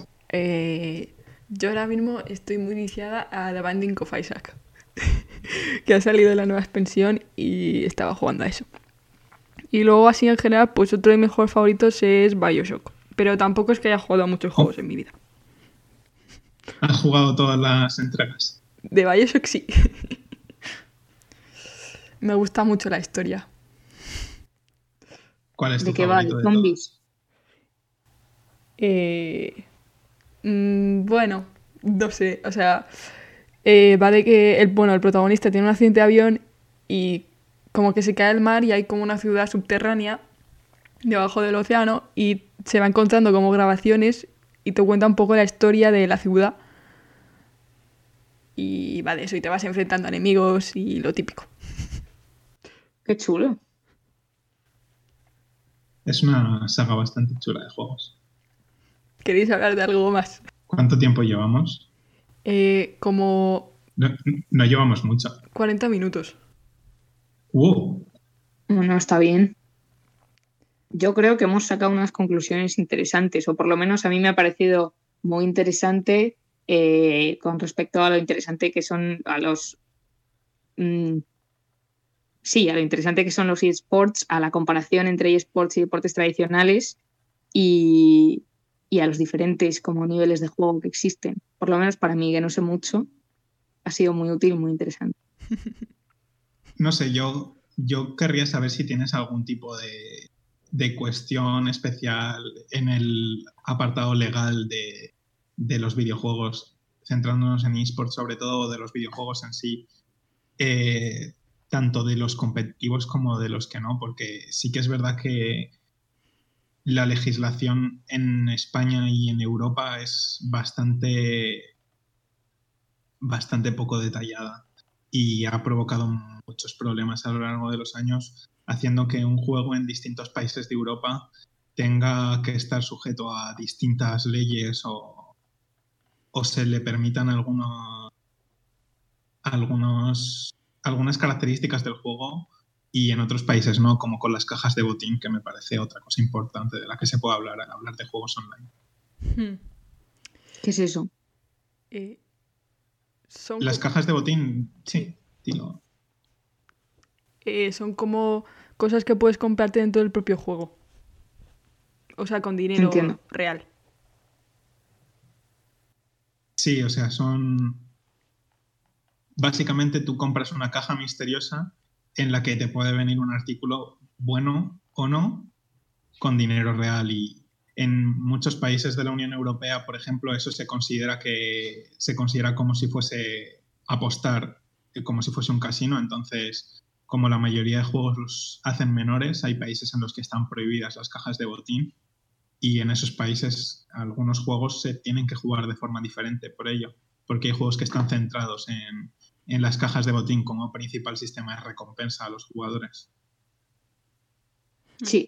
Yo ahora mismo estoy muy viciada a The Binding of Isaac, que ha salido de la nueva expansión y estaba jugando a eso. Y luego así en general, pues otro de mis juegos favoritos es BioShock, pero tampoco es que haya jugado a muchos juegos en mi vida. ¿Has jugado todas las entregas? De BioShock sí. Me gusta mucho la historia. ¿Cuál es tu ¿De qué va? favorito ¿De de zombies? Bueno, no sé, o sea, va de que el protagonista tiene un accidente de avión y como que se cae al mar y hay como una ciudad subterránea debajo del océano y se va encontrando como grabaciones y te cuenta un poco la historia de la ciudad. Y va de eso, y te vas enfrentando a enemigos y lo típico. Qué chulo. Es una saga bastante chula de juegos. ¿Queréis hablar de algo más? ¿Cuánto tiempo llevamos? Como No llevamos mucho. 40 minutos. No, está bien. Yo creo que hemos sacado unas conclusiones interesantes, o por lo menos a mí me ha parecido muy interesante con respecto a lo interesante que son a los... sí, a lo interesante que son los eSports, a la comparación entre eSports y deportes tradicionales y a los diferentes como niveles de juego que existen. Por lo menos para mí, que no sé mucho, ha sido muy útil y muy interesante. No sé, yo querría saber si tienes algún tipo de cuestión especial en el apartado legal de los videojuegos, centrándonos en eSports sobre todo, de los videojuegos en sí, tanto de los competitivos como de los que no, porque sí que es verdad que la legislación en España y en Europa es bastante poco detallada y ha provocado muchos problemas a lo largo de los años, haciendo que un juego en distintos países de Europa tenga que estar sujeto a distintas leyes o se le permitan algunas características del juego y en otros países no, como con las cajas de botín, que me parece otra cosa importante de la que se puede hablar al hablar de juegos online. ¿Qué es eso? Las cajas de botín, sí, dilo. Son como cosas que puedes comprarte dentro del propio juego. O sea, con dinero real. Sí, o sea, son... Básicamente tú compras una caja misteriosa en la que te puede venir un artículo bueno o no con dinero real y en muchos países de la Unión Europea, por ejemplo, eso se considera como si fuese apostar, como si fuese un casino, entonces como la mayoría de juegos los hacen menores, hay países en los que están prohibidas las cajas de botín y en esos países algunos juegos se tienen que jugar de forma diferente por ello, porque hay juegos que están centrados en las cajas de botín como principal sistema de recompensa a los jugadores. Sí.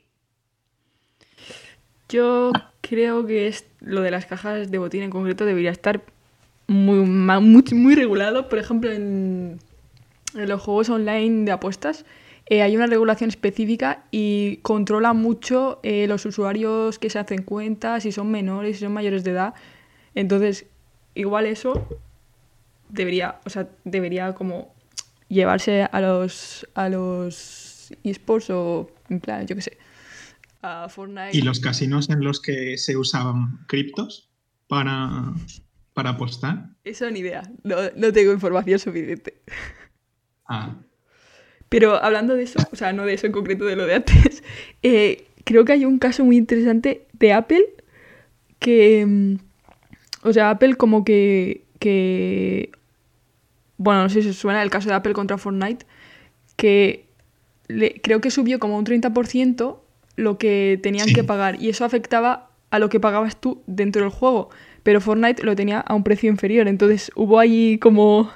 Yo creo que lo de las cajas de botín en concreto debería estar muy regulado. Por ejemplo, en los juegos online de apuestas hay una regulación específica y controla mucho los usuarios que se hacen cuentas, si son menores, si son mayores de edad. Entonces, igual eso debería como llevarse a los esports o, en plan, yo qué sé, a Fortnite. ¿Y los casinos en los que se usaban criptos para apostar? Eso ni idea, no tengo información suficiente. Ah. Pero hablando de eso, o sea, no de eso en concreto, de lo de antes, creo que hay un caso muy interesante de Apple que, o sea, Apple como que bueno, no sé si os suena el caso de Apple contra Fortnite, que creo que subió como un 30% lo que tenían que pagar y eso afectaba a lo que pagabas tú dentro del juego, pero Fortnite lo tenía a un precio inferior, entonces hubo ahí como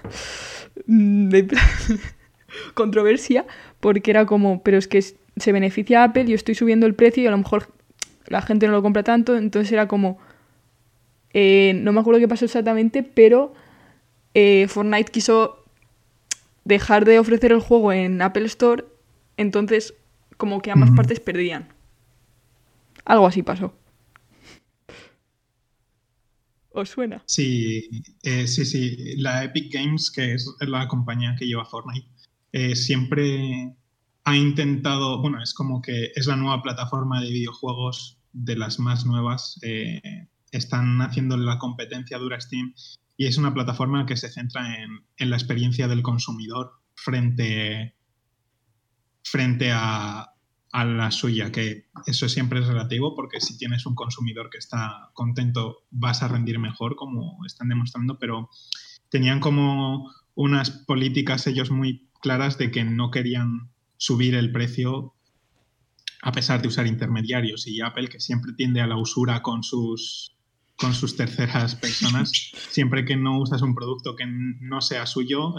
controversia porque era como, pero es que se beneficia a Apple, yo estoy subiendo el precio y a lo mejor la gente no lo compra tanto, entonces era como no me acuerdo qué pasó exactamente, pero Fortnite quiso dejar de ofrecer el juego en Apple Store, entonces como que ambas partes perdían. Algo así pasó. ¿Os suena? Sí, sí. La Epic Games, que es la compañía que lleva Fortnite, siempre ha intentado, bueno, es como que es la nueva plataforma de videojuegos de las más nuevas. Están haciendo la competencia dura Steam y es una plataforma que se centra en la experiencia del consumidor frente a la suya, que eso siempre es relativo porque si tienes un consumidor que está contento vas a rendir mejor, como están demostrando, pero tenían como unas políticas ellos muy claras de que no querían subir el precio a pesar de usar intermediarios, y Apple, que siempre tiende a la usura con sus terceras personas, siempre que no usas un producto que no sea suyo,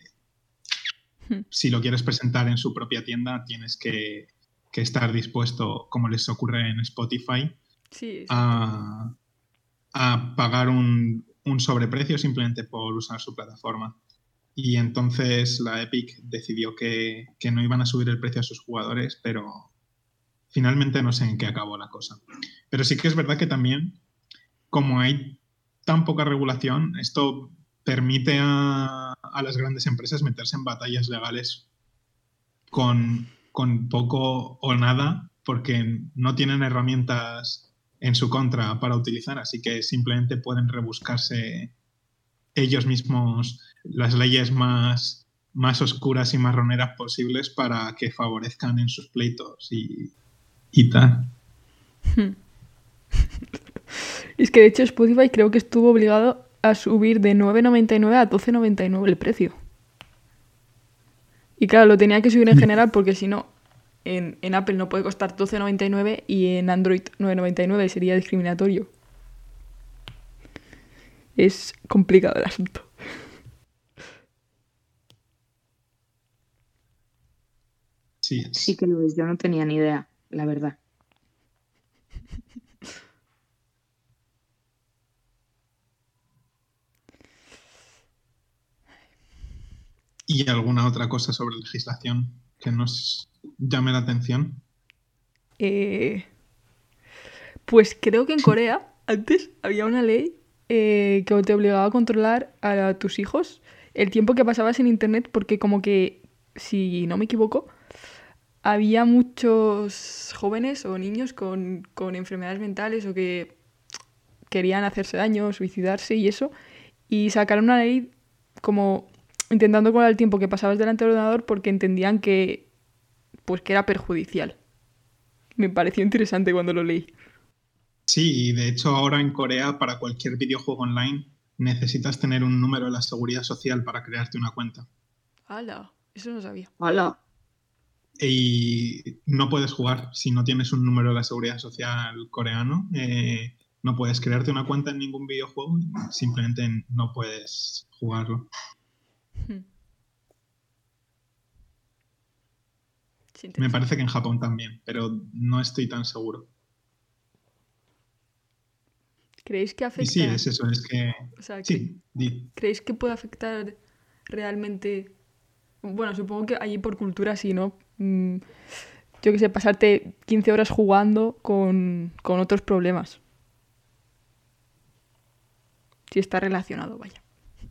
si lo quieres presentar en su propia tienda, tienes que estar dispuesto, como les ocurre en Spotify, sí, a pagar un sobreprecio simplemente por usar su plataforma. Y entonces la Epic decidió que no iban a subir el precio a sus jugadores, pero finalmente no sé en qué acabó la cosa. Pero sí que es verdad que también, como hay tan poca regulación, esto permite a las grandes empresas meterse en batallas legales con poco o nada, porque no tienen herramientas en su contra para utilizar, así que simplemente pueden rebuscarse ellos mismos las leyes más oscuras y marroneras posibles para que favorezcan en sus pleitos y tal. Es que de hecho Spotify creo que estuvo obligado a subir de 9,99 a 12,99 el precio. Y claro, lo tenía que subir en general porque si no, en Apple no puede costar 12,99 y en Android 9,99, sería discriminatorio. Es complicado el asunto. Sí que lo es, yo no tenía ni idea, la verdad. ¿Y alguna otra cosa sobre legislación que nos llame la atención? Pues creo que en Corea antes había una ley que te obligaba a controlar a tus hijos el tiempo que pasabas en internet porque como que, si no me equivoco, había muchos jóvenes o niños con enfermedades mentales o que querían hacerse daño, suicidarse y eso, y sacaron una ley como intentando controlar el tiempo que pasabas delante del ordenador porque entendían que era perjudicial. Me pareció interesante cuando lo leí. Sí, y de hecho ahora en Corea para cualquier videojuego online necesitas tener un número de la seguridad social para crearte una cuenta. ¡Hala! Eso no sabía. Hola. y no puedes jugar si no tienes un número de la seguridad social coreano. No puedes crearte una cuenta en ningún videojuego, simplemente no puedes jugarlo. Sí, Me parece que en Japón también, pero no estoy tan seguro. ¿Creéis que Y afecta? sí, es eso, es que... O sea, Sí, ¿creéis que puede afectar realmente? Bueno, supongo que allí por cultura sí, ¿no? Yo qué sé, pasarte 15 horas jugando con otros problemas. Si está relacionado, vaya.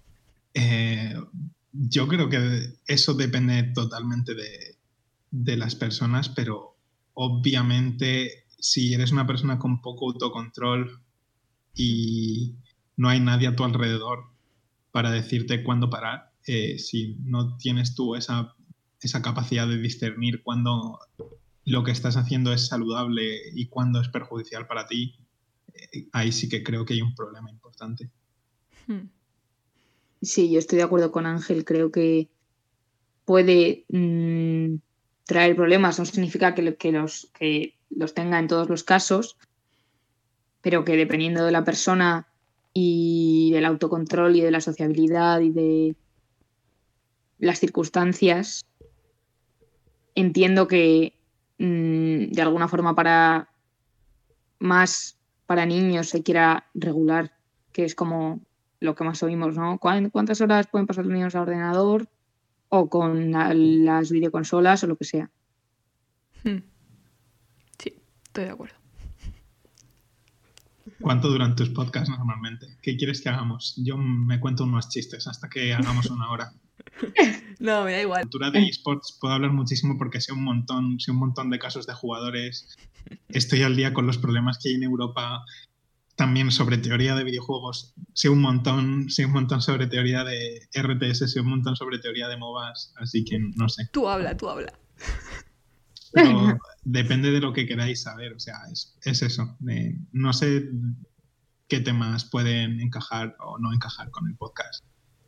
Yo creo que eso depende totalmente de las personas, pero obviamente si eres una persona con poco autocontrol y no hay nadie a tu alrededor para decirte cuándo parar, si no tienes tú esa capacidad de discernir cuándo lo que estás haciendo es saludable y cuándo es perjudicial para ti, ahí sí que creo que hay un problema importante. Sí, yo estoy de acuerdo con Ángel. Creo que puede traer problemas. No significa que los tenga en todos los casos, pero que dependiendo de la persona y del autocontrol y de la sociabilidad y de las circunstancias, entiendo que de alguna forma más para niños se quiera regular, que es como lo que más oímos, ¿no? ¿Cuántas horas pueden pasar los niños al ordenador o con las videoconsolas o lo que sea? Sí, estoy de acuerdo. ¿Cuánto duran tus podcasts normalmente? ¿Qué quieres que hagamos? Yo me cuento unos chistes hasta que hagamos una hora. No, me da igual. La cultura de esports puedo hablar muchísimo porque sé un montón de casos de jugadores. Estoy al día con los problemas que hay en Europa. También sobre teoría de videojuegos. Sé un montón sobre teoría de RTS, sé un montón sobre teoría de MOBAs, así que no sé. Tú habla. Pero depende de lo que queráis saber, o sea, es eso. No sé qué temas pueden encajar o no encajar con el podcast.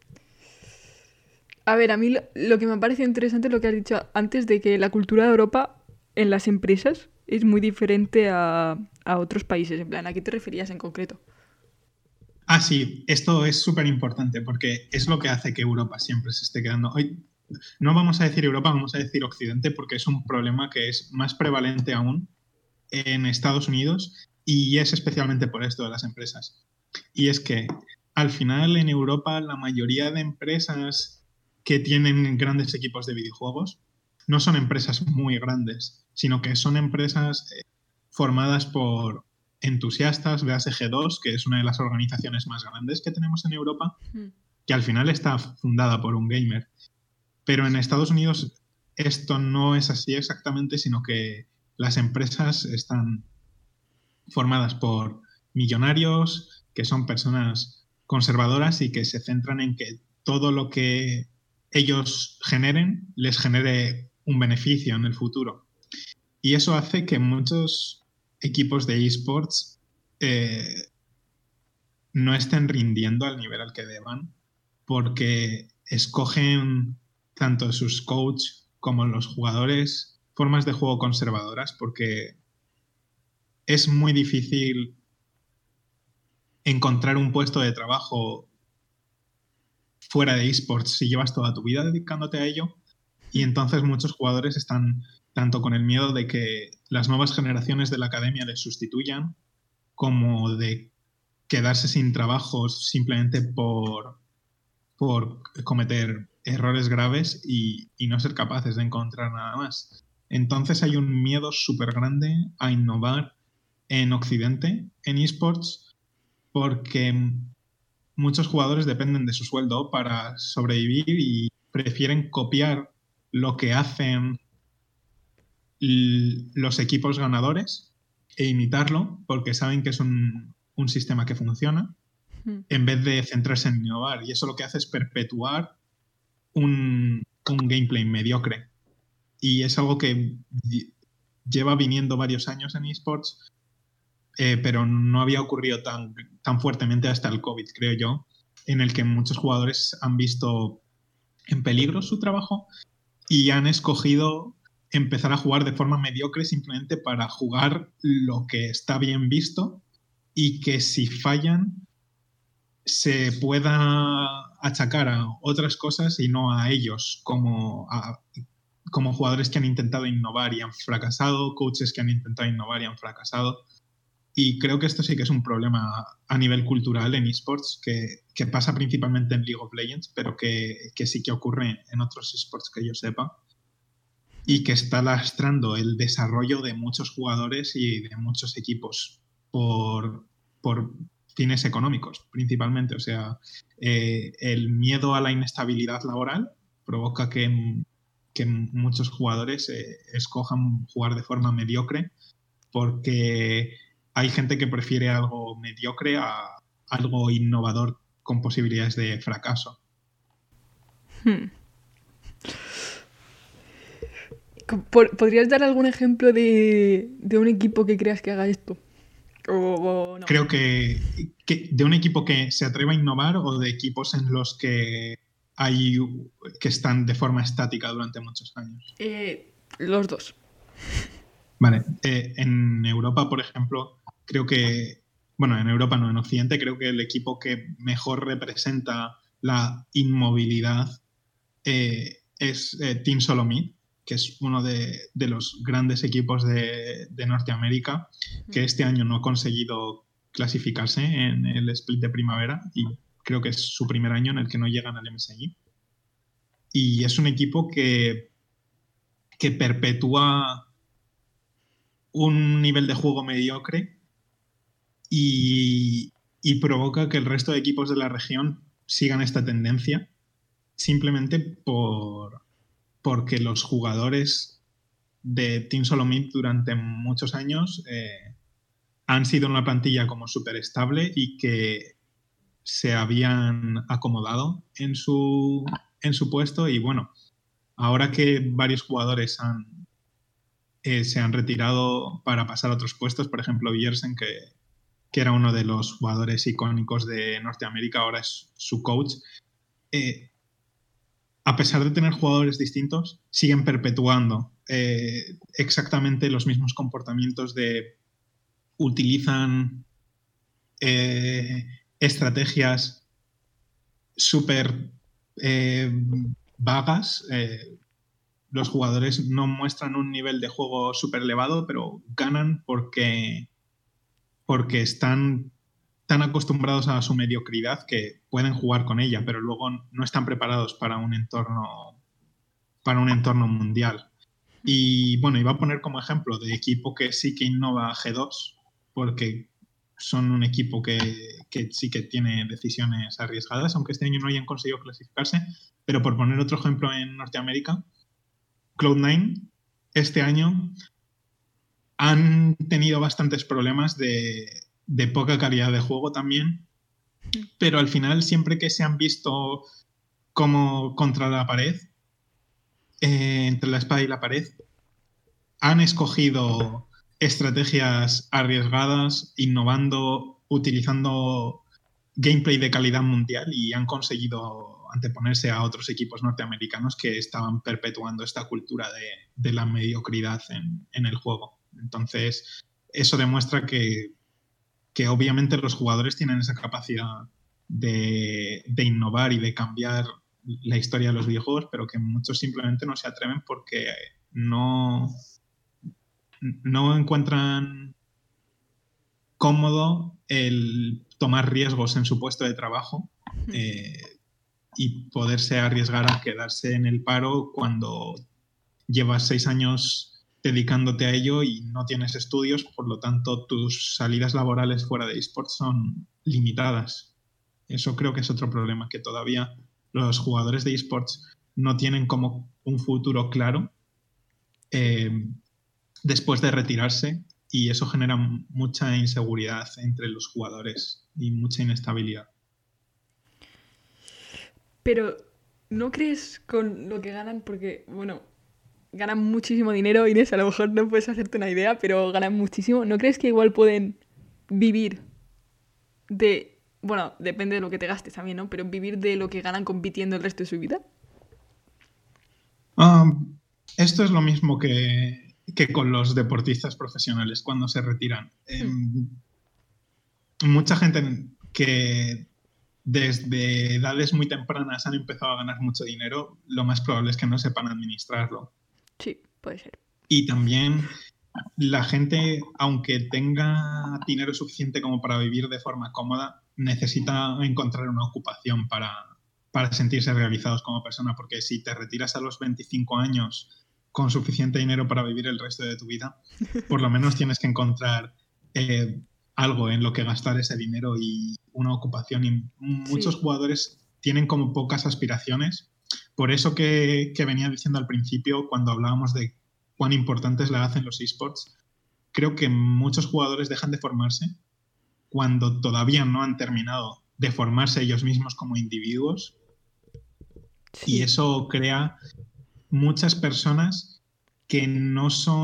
A ver, a mí lo que me ha parecido interesante es lo que has dicho antes de que la cultura de Europa en las empresas es muy diferente a otros países. En plan, ¿a qué te referías en concreto? Ah, sí, esto es súper importante porque es lo que hace que Europa siempre se esté quedando. Hoy no vamos a decir Europa, vamos a decir Occidente porque es un problema que es más prevalente aún en Estados Unidos y es especialmente por esto de las empresas. Y es que al final en Europa la mayoría de empresas que tienen grandes equipos de videojuegos no son empresas muy grandes, sino que son empresas formadas por entusiastas, véase G2, que es una de las organizaciones más grandes que tenemos en Europa, que al final está fundada por un gamer. Pero en Estados Unidos esto no es así exactamente, sino que las empresas están formadas por millonarios, que son personas conservadoras y que se centran en que todo lo que ellos generen les genere un beneficio en el futuro. Y eso hace que muchos equipos de esports no estén rindiendo al nivel al que deban, porque escogen tanto sus coaches como los jugadores formas de juego conservadoras, porque es muy difícil encontrar un puesto de trabajo fuera de esports si llevas toda tu vida dedicándote a ello. Y entonces muchos jugadores están tanto con el miedo de que las nuevas generaciones de la academia les sustituyan, como de quedarse sin trabajo simplemente por cometer errores graves y no ser capaces de encontrar nada más. Entonces hay un miedo súper grande a innovar en Occidente, en esports, porque muchos jugadores dependen de su sueldo para sobrevivir y prefieren copiar lo que hacen los equipos ganadores e imitarlo porque saben que es un sistema que funciona en vez de centrarse en innovar. Y eso lo que hace es perpetuar un gameplay mediocre. Y es algo que lleva viniendo varios años en esports, pero no había ocurrido tan fuertemente hasta el COVID, creo yo, en el que muchos jugadores han visto en peligro su trabajo y han escogido empezar a jugar de forma mediocre simplemente para jugar lo que está bien visto y que si fallan se pueda achacar a otras cosas y no a ellos, como jugadores que han intentado innovar y han fracasado, coaches que han intentado innovar y han fracasado. Y creo que esto sí que es un problema a nivel cultural en esports, que pasa principalmente en League of Legends, pero que sí que ocurre en otros esports que yo sepa, y que está lastrando el desarrollo de muchos jugadores y de muchos equipos por fines económicos, principalmente. O sea, el miedo a la inestabilidad laboral provoca que muchos jugadores escojan jugar de forma mediocre, porque hay gente que prefiere algo mediocre a algo innovador con posibilidades de fracaso. ¿Podrías dar algún ejemplo de un equipo que creas que haga esto? ¿O no? Creo que de un equipo que se atreva a innovar o de equipos en los que están de forma estática durante muchos años. Los dos. Vale. En Europa, por ejemplo, creo que, bueno, en Europa no, en Occidente, creo que el equipo que mejor representa la inmovilidad es Team Solomid, que es uno de los grandes equipos de Norteamérica, que este año no ha conseguido clasificarse en el split de primavera y creo que es su primer año en el que no llegan al MSI. Y es un equipo que perpetúa un nivel de juego mediocre y provoca que el resto de equipos de la región sigan esta tendencia simplemente porque los jugadores de Team Solomid durante muchos años han sido una plantilla como súper estable y que se habían acomodado en su puesto. Y bueno, ahora que varios jugadores se han retirado para pasar a otros puestos, por ejemplo Bjersen, que era uno de los jugadores icónicos de Norteamérica, ahora es su coach, a pesar de tener jugadores distintos, siguen perpetuando exactamente los mismos comportamientos utilizan estrategias súper vagas. Los jugadores no muestran un nivel de juego súper elevado, pero ganan porque están tan acostumbrados a su mediocridad que pueden jugar con ella, pero luego no están preparados para un entorno mundial. Y bueno, iba a poner como ejemplo de equipo que sí que innova G2, porque son un equipo que sí que tiene decisiones arriesgadas, aunque este año no hayan conseguido clasificarse. Pero por poner otro ejemplo en Norteamérica, Cloud9 este año han tenido bastantes problemas de poca calidad de juego también, pero al final siempre que se han visto como contra la pared, entre la espada y la pared, han escogido estrategias arriesgadas, innovando, utilizando gameplay de calidad mundial y han conseguido anteponerse a otros equipos norteamericanos que estaban perpetuando esta cultura de la mediocridad en el juego. Entonces, eso demuestra que obviamente los jugadores tienen esa capacidad de innovar y de cambiar la historia de los videojuegos, pero que muchos simplemente no se atreven porque no encuentran cómodo el tomar riesgos en su puesto de trabajo y poderse arriesgar a quedarse en el paro cuando llevas 6 años dedicándote a ello y no tienes estudios, por lo tanto tus salidas laborales fuera de esports son limitadas. Eso creo que es otro problema, que todavía los jugadores de esports no tienen como un futuro claro después de retirarse, y eso genera mucha inseguridad entre los jugadores y mucha inestabilidad. Pero, ¿no crees con lo que ganan? Porque, bueno, ganan muchísimo dinero, Inés, a lo mejor no puedes hacerte una idea, pero ganan muchísimo. ¿No crees que igual pueden vivir de... Bueno, depende de lo que te gastes también, ¿no? Pero vivir de lo que ganan compitiendo el resto de su vida. Esto es lo mismo que con los deportistas profesionales cuando se retiran. Mucha gente que desde edades muy tempranas han empezado a ganar mucho dinero, lo más probable es que no sepan administrarlo. Sí, puede ser. Y también la gente, aunque tenga dinero suficiente como para vivir de forma cómoda, necesita encontrar una ocupación para sentirse realizados como persona, porque si te retiras a los 25 años con suficiente dinero para vivir el resto de tu vida, por lo menos tienes que encontrar algo en lo que gastar ese dinero y una ocupación. Y muchos jugadores tienen como pocas aspiraciones. Por eso que venía diciendo al principio, cuando hablábamos de cuán importantes la hacen los esports, creo que muchos jugadores dejan de formarse cuando todavía no han terminado de formarse ellos mismos como individuos. Sí. Y eso crea muchas personas que no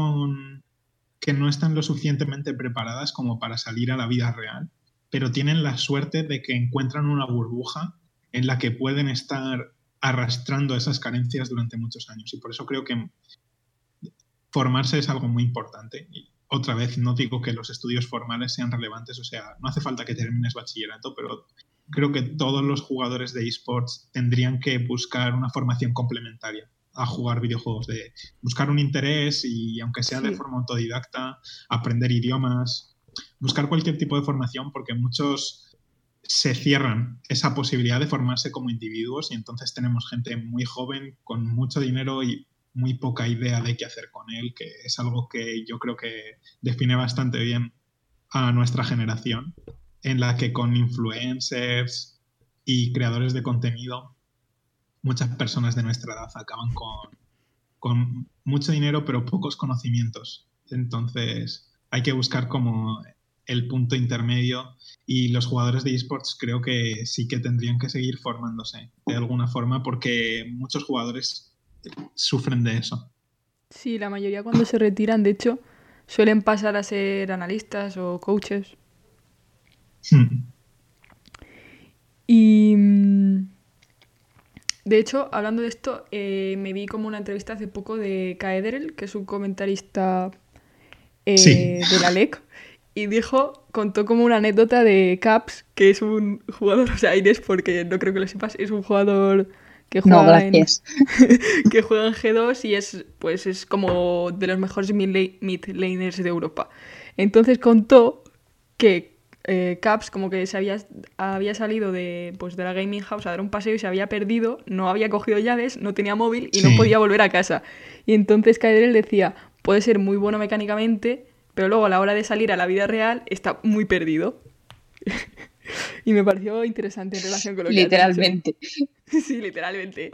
están lo suficientemente preparadas como para salir a la vida real, pero tienen la suerte de que encuentran una burbuja en la que pueden estar arrastrando esas carencias durante muchos años. Y por eso creo que formarse es algo muy importante. Y otra vez, no digo que los estudios formales sean relevantes, o sea, no hace falta que termines bachillerato, pero creo que todos los jugadores de esports tendrían que buscar una formación complementaria a jugar videojuegos, de buscar un interés y, aunque sea de forma autodidacta, aprender idiomas, buscar cualquier tipo de formación, porque muchos se cierran esa posibilidad de formarse como individuos y entonces tenemos gente muy joven con mucho dinero y muy poca idea de qué hacer con él, que es algo que yo creo que define bastante bien a nuestra generación, en la que con influencers y creadores de contenido, muchas personas de nuestra edad acaban con mucho dinero pero pocos conocimientos. Entonces hay que buscar como el punto intermedio, y los jugadores de esports creo que sí que tendrían que seguir formándose de alguna forma, porque muchos jugadores sufren de eso. Sí, la mayoría cuando se retiran, de hecho, suelen pasar a ser analistas o coaches. Y de hecho, hablando de esto, me vi como una entrevista hace poco de Kaederl, que es un comentarista de la LEC, y contó como una anécdota de Caps, que es un jugador, o sea, Inés, porque no creo que lo sepas, es un jugador que juega que juega en G2 y es como de los mejores mid laners de Europa. Entonces contó que Caps como que había salido de la gaming house a dar un paseo y se había perdido, no había cogido llaves, no tenía móvil y no podía volver a casa. Y entonces Kaederl decía, puede ser muy bueno mecánicamente, pero luego a la hora de salir a la vida real está muy perdido. Y me pareció interesante en relación con lo que literalmente. Sí, literalmente.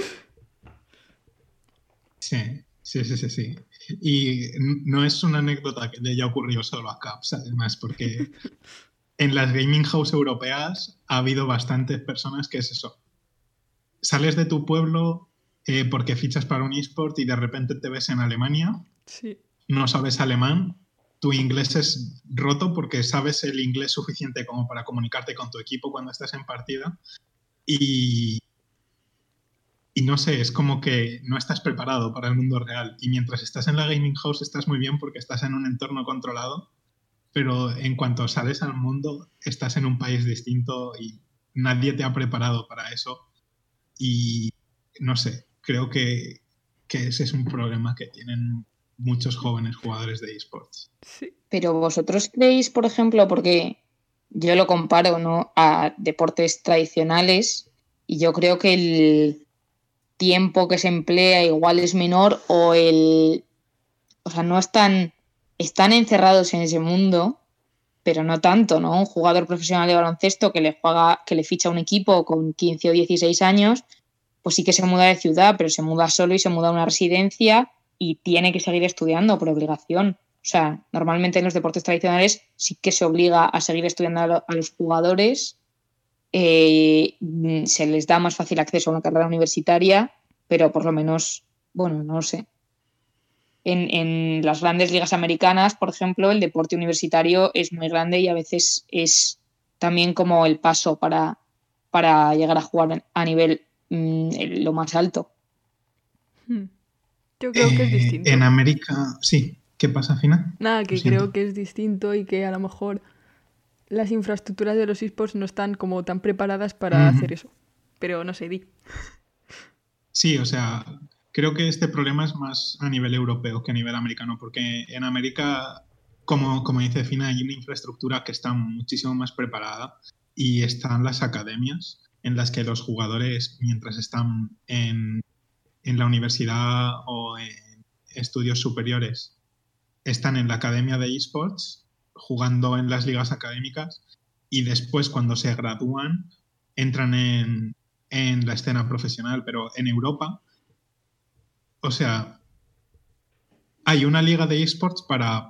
Sí. Y no es una anécdota que le haya ocurrido solo a Caps, además, porque en las gaming house europeas ha habido bastantes personas que es eso. Sales de tu pueblo porque fichas para un eSport y de repente te ves en Alemania, no sabes alemán, tu inglés es roto porque sabes el inglés suficiente como para comunicarte con tu equipo cuando estás en partida y no sé, es como que no estás preparado para el mundo real. Y mientras estás en la gaming house estás muy bien porque estás en un entorno controlado, pero en cuanto sales al mundo estás en un país distinto y nadie te ha preparado para eso. Y no sé, creo que ese es un problema que tienen muchos jóvenes jugadores de esports. Sí. Pero vosotros creéis, por ejemplo, porque yo lo comparo, ¿no?, a deportes tradicionales, y yo creo que el tiempo que se emplea igual es menor, o sea, no están encerrados en ese mundo, pero no tanto, ¿no? Un jugador profesional de baloncesto que le ficha un equipo con 15 o 16 años, pues sí que se muda de ciudad, pero se muda solo y se muda a una residencia y tiene que seguir estudiando por obligación. O sea, normalmente en los deportes tradicionales sí que se obliga a seguir estudiando a los jugadores, se les da más fácil acceso a una carrera universitaria, pero por lo menos, bueno, no sé. En las grandes ligas americanas, por ejemplo, el deporte universitario es muy grande y a veces es también como el paso para llegar a jugar a nivel lo más alto. Yo creo que es En distinto. América, sí. ¿Qué pasa, Fina? Nada, Lo que creo siento. que es distinto y que a lo mejor las infraestructuras de los esports no están como tan preparadas para hacer Ujú. eso. Pero no sé, di. Sí, o sea, creo que este problema es más a nivel europeo que a nivel americano, porque en América, como dice Fina, hay una infraestructura que está muchísimo más preparada y están las academias en las que los jugadores, mientras están en la universidad o en estudios superiores, están en la academia de esports, jugando en las ligas académicas y después cuando se gradúan entran en la escena profesional, pero en Europa, o sea, hay una liga de esports para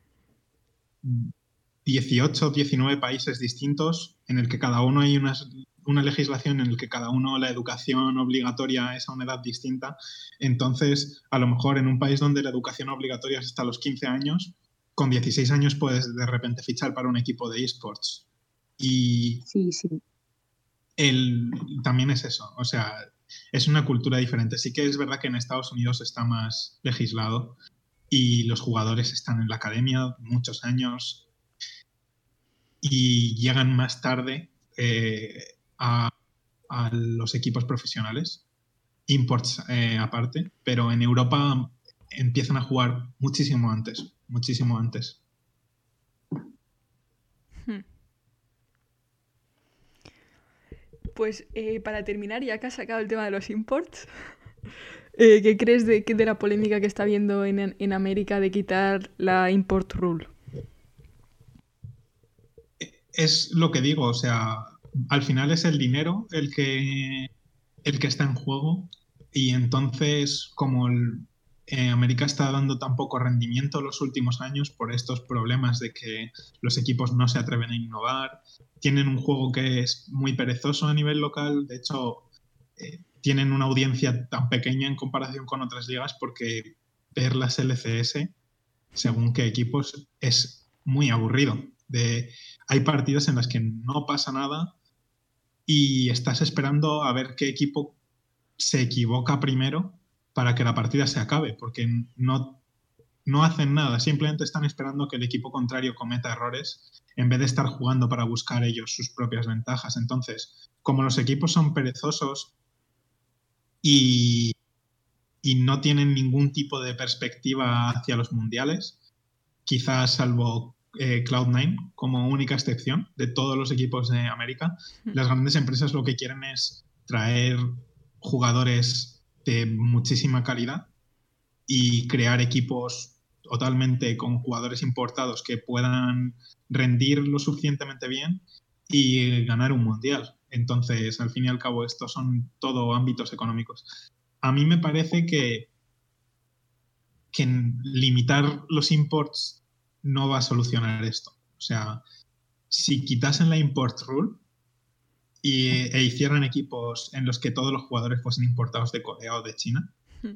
18 o 19 países distintos en el que cada uno hay una legislación en el que cada uno la educación obligatoria es a una edad distinta. Entonces, a lo mejor en un país donde la educación obligatoria es hasta los 15 años, con 16 años puedes de repente fichar para un equipo de esports. Y Sí, sí. el, también es eso, o sea, es una cultura diferente. Sí que es verdad que en Estados Unidos está más legislado y los jugadores están en la academia muchos años y llegan más tarde a los equipos profesionales, imports aparte, pero en Europa empiezan a jugar muchísimo antes, muchísimo antes. Hmm. Pues para terminar, ya que has sacado el tema de los imports, ¿qué crees de la polémica que está habiendo en América de quitar la import rule? Es lo que digo, o sea, al final es el dinero el que está en juego y entonces como América está dando tan poco rendimiento los últimos años por estos problemas de que los equipos no se atreven a innovar, tienen un juego que es muy perezoso a nivel local, de hecho tienen una audiencia tan pequeña en comparación con otras ligas porque ver las LCS según qué equipos es muy aburrido. Hay partidas en las que no pasa nada y estás esperando a ver qué equipo se equivoca primero para que la partida se acabe, porque no hacen nada, simplemente están esperando que el equipo contrario cometa errores en vez de estar jugando para buscar ellos sus propias ventajas. Entonces, como los equipos son perezosos y, y no tienen ningún tipo de perspectiva hacia los mundiales, quizás salvo Cloud9 como única excepción de todos los equipos de América, las grandes empresas lo que quieren es traer jugadores de muchísima calidad y crear equipos totalmente con jugadores importados que puedan rendir lo suficientemente bien y ganar un mundial. Entonces, al fin y al cabo, estos son todo ámbitos económicos. A mí me parece que limitar los imports no va a solucionar esto. O sea, si quitasen la import rule e hicieran equipos en los que todos los jugadores fuesen importados de Corea o de China,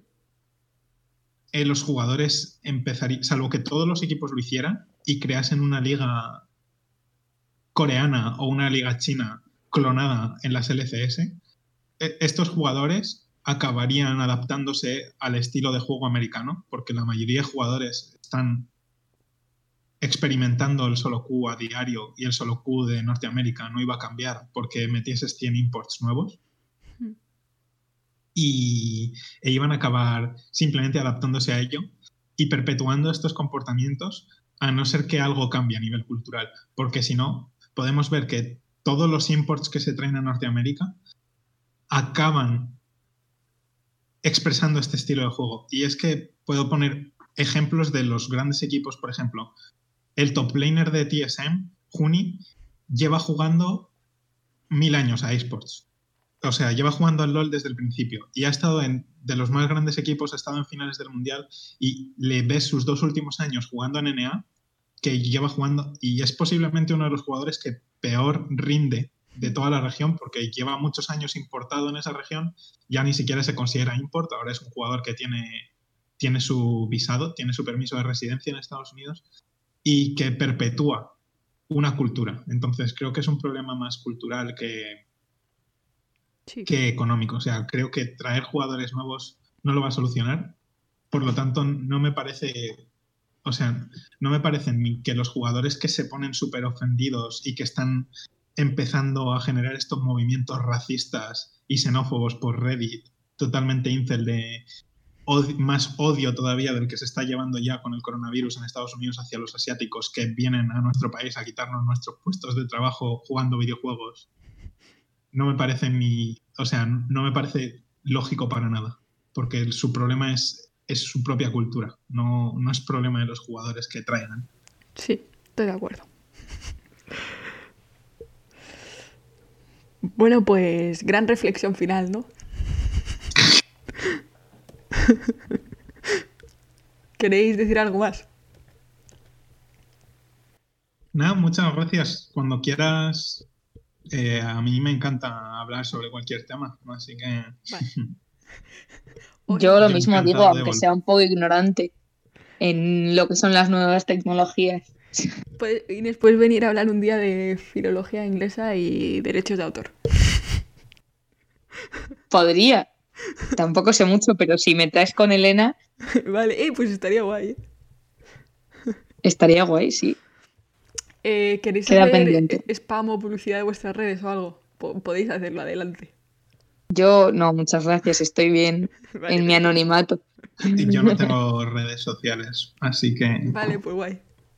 los jugadores empezarían, salvo que todos los equipos lo hicieran y creasen una liga coreana o una liga china clonada en las LCS, estos jugadores acabarían adaptándose al estilo de juego americano, porque la mayoría de jugadores están experimentando el solo Q a diario y el solo Q de Norteamérica no iba a cambiar porque metieses 100 imports nuevos e iban a acabar simplemente adaptándose a ello y perpetuando estos comportamientos a no ser que algo cambie a nivel cultural, porque si no, podemos ver que todos los imports que se traen a Norteamérica acaban expresando este estilo de juego. Y es que puedo poner ejemplos de los grandes equipos, por ejemplo, el top laner de TSM, Juni, lleva jugando 1000 años a esports. O sea, lleva jugando al LoL desde el principio y ha estado de los más grandes equipos, ha estado en finales del Mundial y le ves sus 2 últimos años jugando en NA, que lleva jugando y es posiblemente uno de los jugadores que peor rinde de toda la región porque lleva muchos años importado en esa región, ya ni siquiera se considera import, ahora es un jugador que tiene su visado, tiene su permiso de residencia en Estados Unidos y que perpetúa una cultura. Entonces creo que es un problema más cultural Sí. que económico. O sea, creo que traer jugadores nuevos no lo va a solucionar Por lo tanto, no me parece, o sea, no me parece ni que los jugadores que se ponen súper ofendidos y que están empezando a generar estos movimientos racistas y xenófobos por Reddit, totalmente incel de más odio todavía del que se está llevando ya con el coronavirus en Estados Unidos hacia los asiáticos que vienen a nuestro país a quitarnos nuestros puestos de trabajo jugando videojuegos. No me parece no me parece lógico para nada, porque su problema es su propia cultura, no es problema de los jugadores que traigan. Sí, estoy de acuerdo. Bueno, pues gran reflexión final, ¿no? ¿Queréis decir algo más? Nada, muchas gracias. Cuando quieras, a mí me encanta hablar sobre cualquier tema, así que... Vale. Yo lo Yo mismo encantado digo, de aunque volver. sea un poco ignorante en lo que son las nuevas tecnologías. Inés, puedes venir a hablar un día de filología inglesa y derechos de autor. Podría. Tampoco sé mucho, pero si me traes con Elena, Vale, pues estaría guay, ¿eh? estaría guay, sí. ¿Queréis Queda hacer pendiente. spam o publicidad de vuestras redes o algo? Podéis hacerlo, adelante. Yo, no, muchas gracias, estoy bien Vale, en mi perfecto. anonimato. Y yo no tengo redes sociales, así que... Vale, pues guay.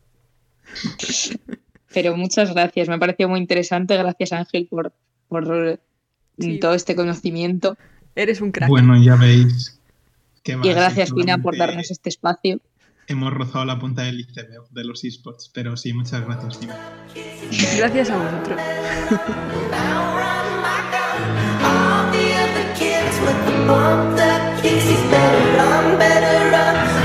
Pero muchas gracias, me ha parecido muy interesante. Gracias, Ángel, por Sí. todo este conocimiento. Eres un crack. Bueno, ya veis que va, Y gracias, sí, Pina, por solamente darnos este espacio. hemos rozado la punta del iceberg de los esports, pero sí, muchas gracias, Fina. Gracias a vosotros. All the other kids with the bump that kicks, he's better run, better run.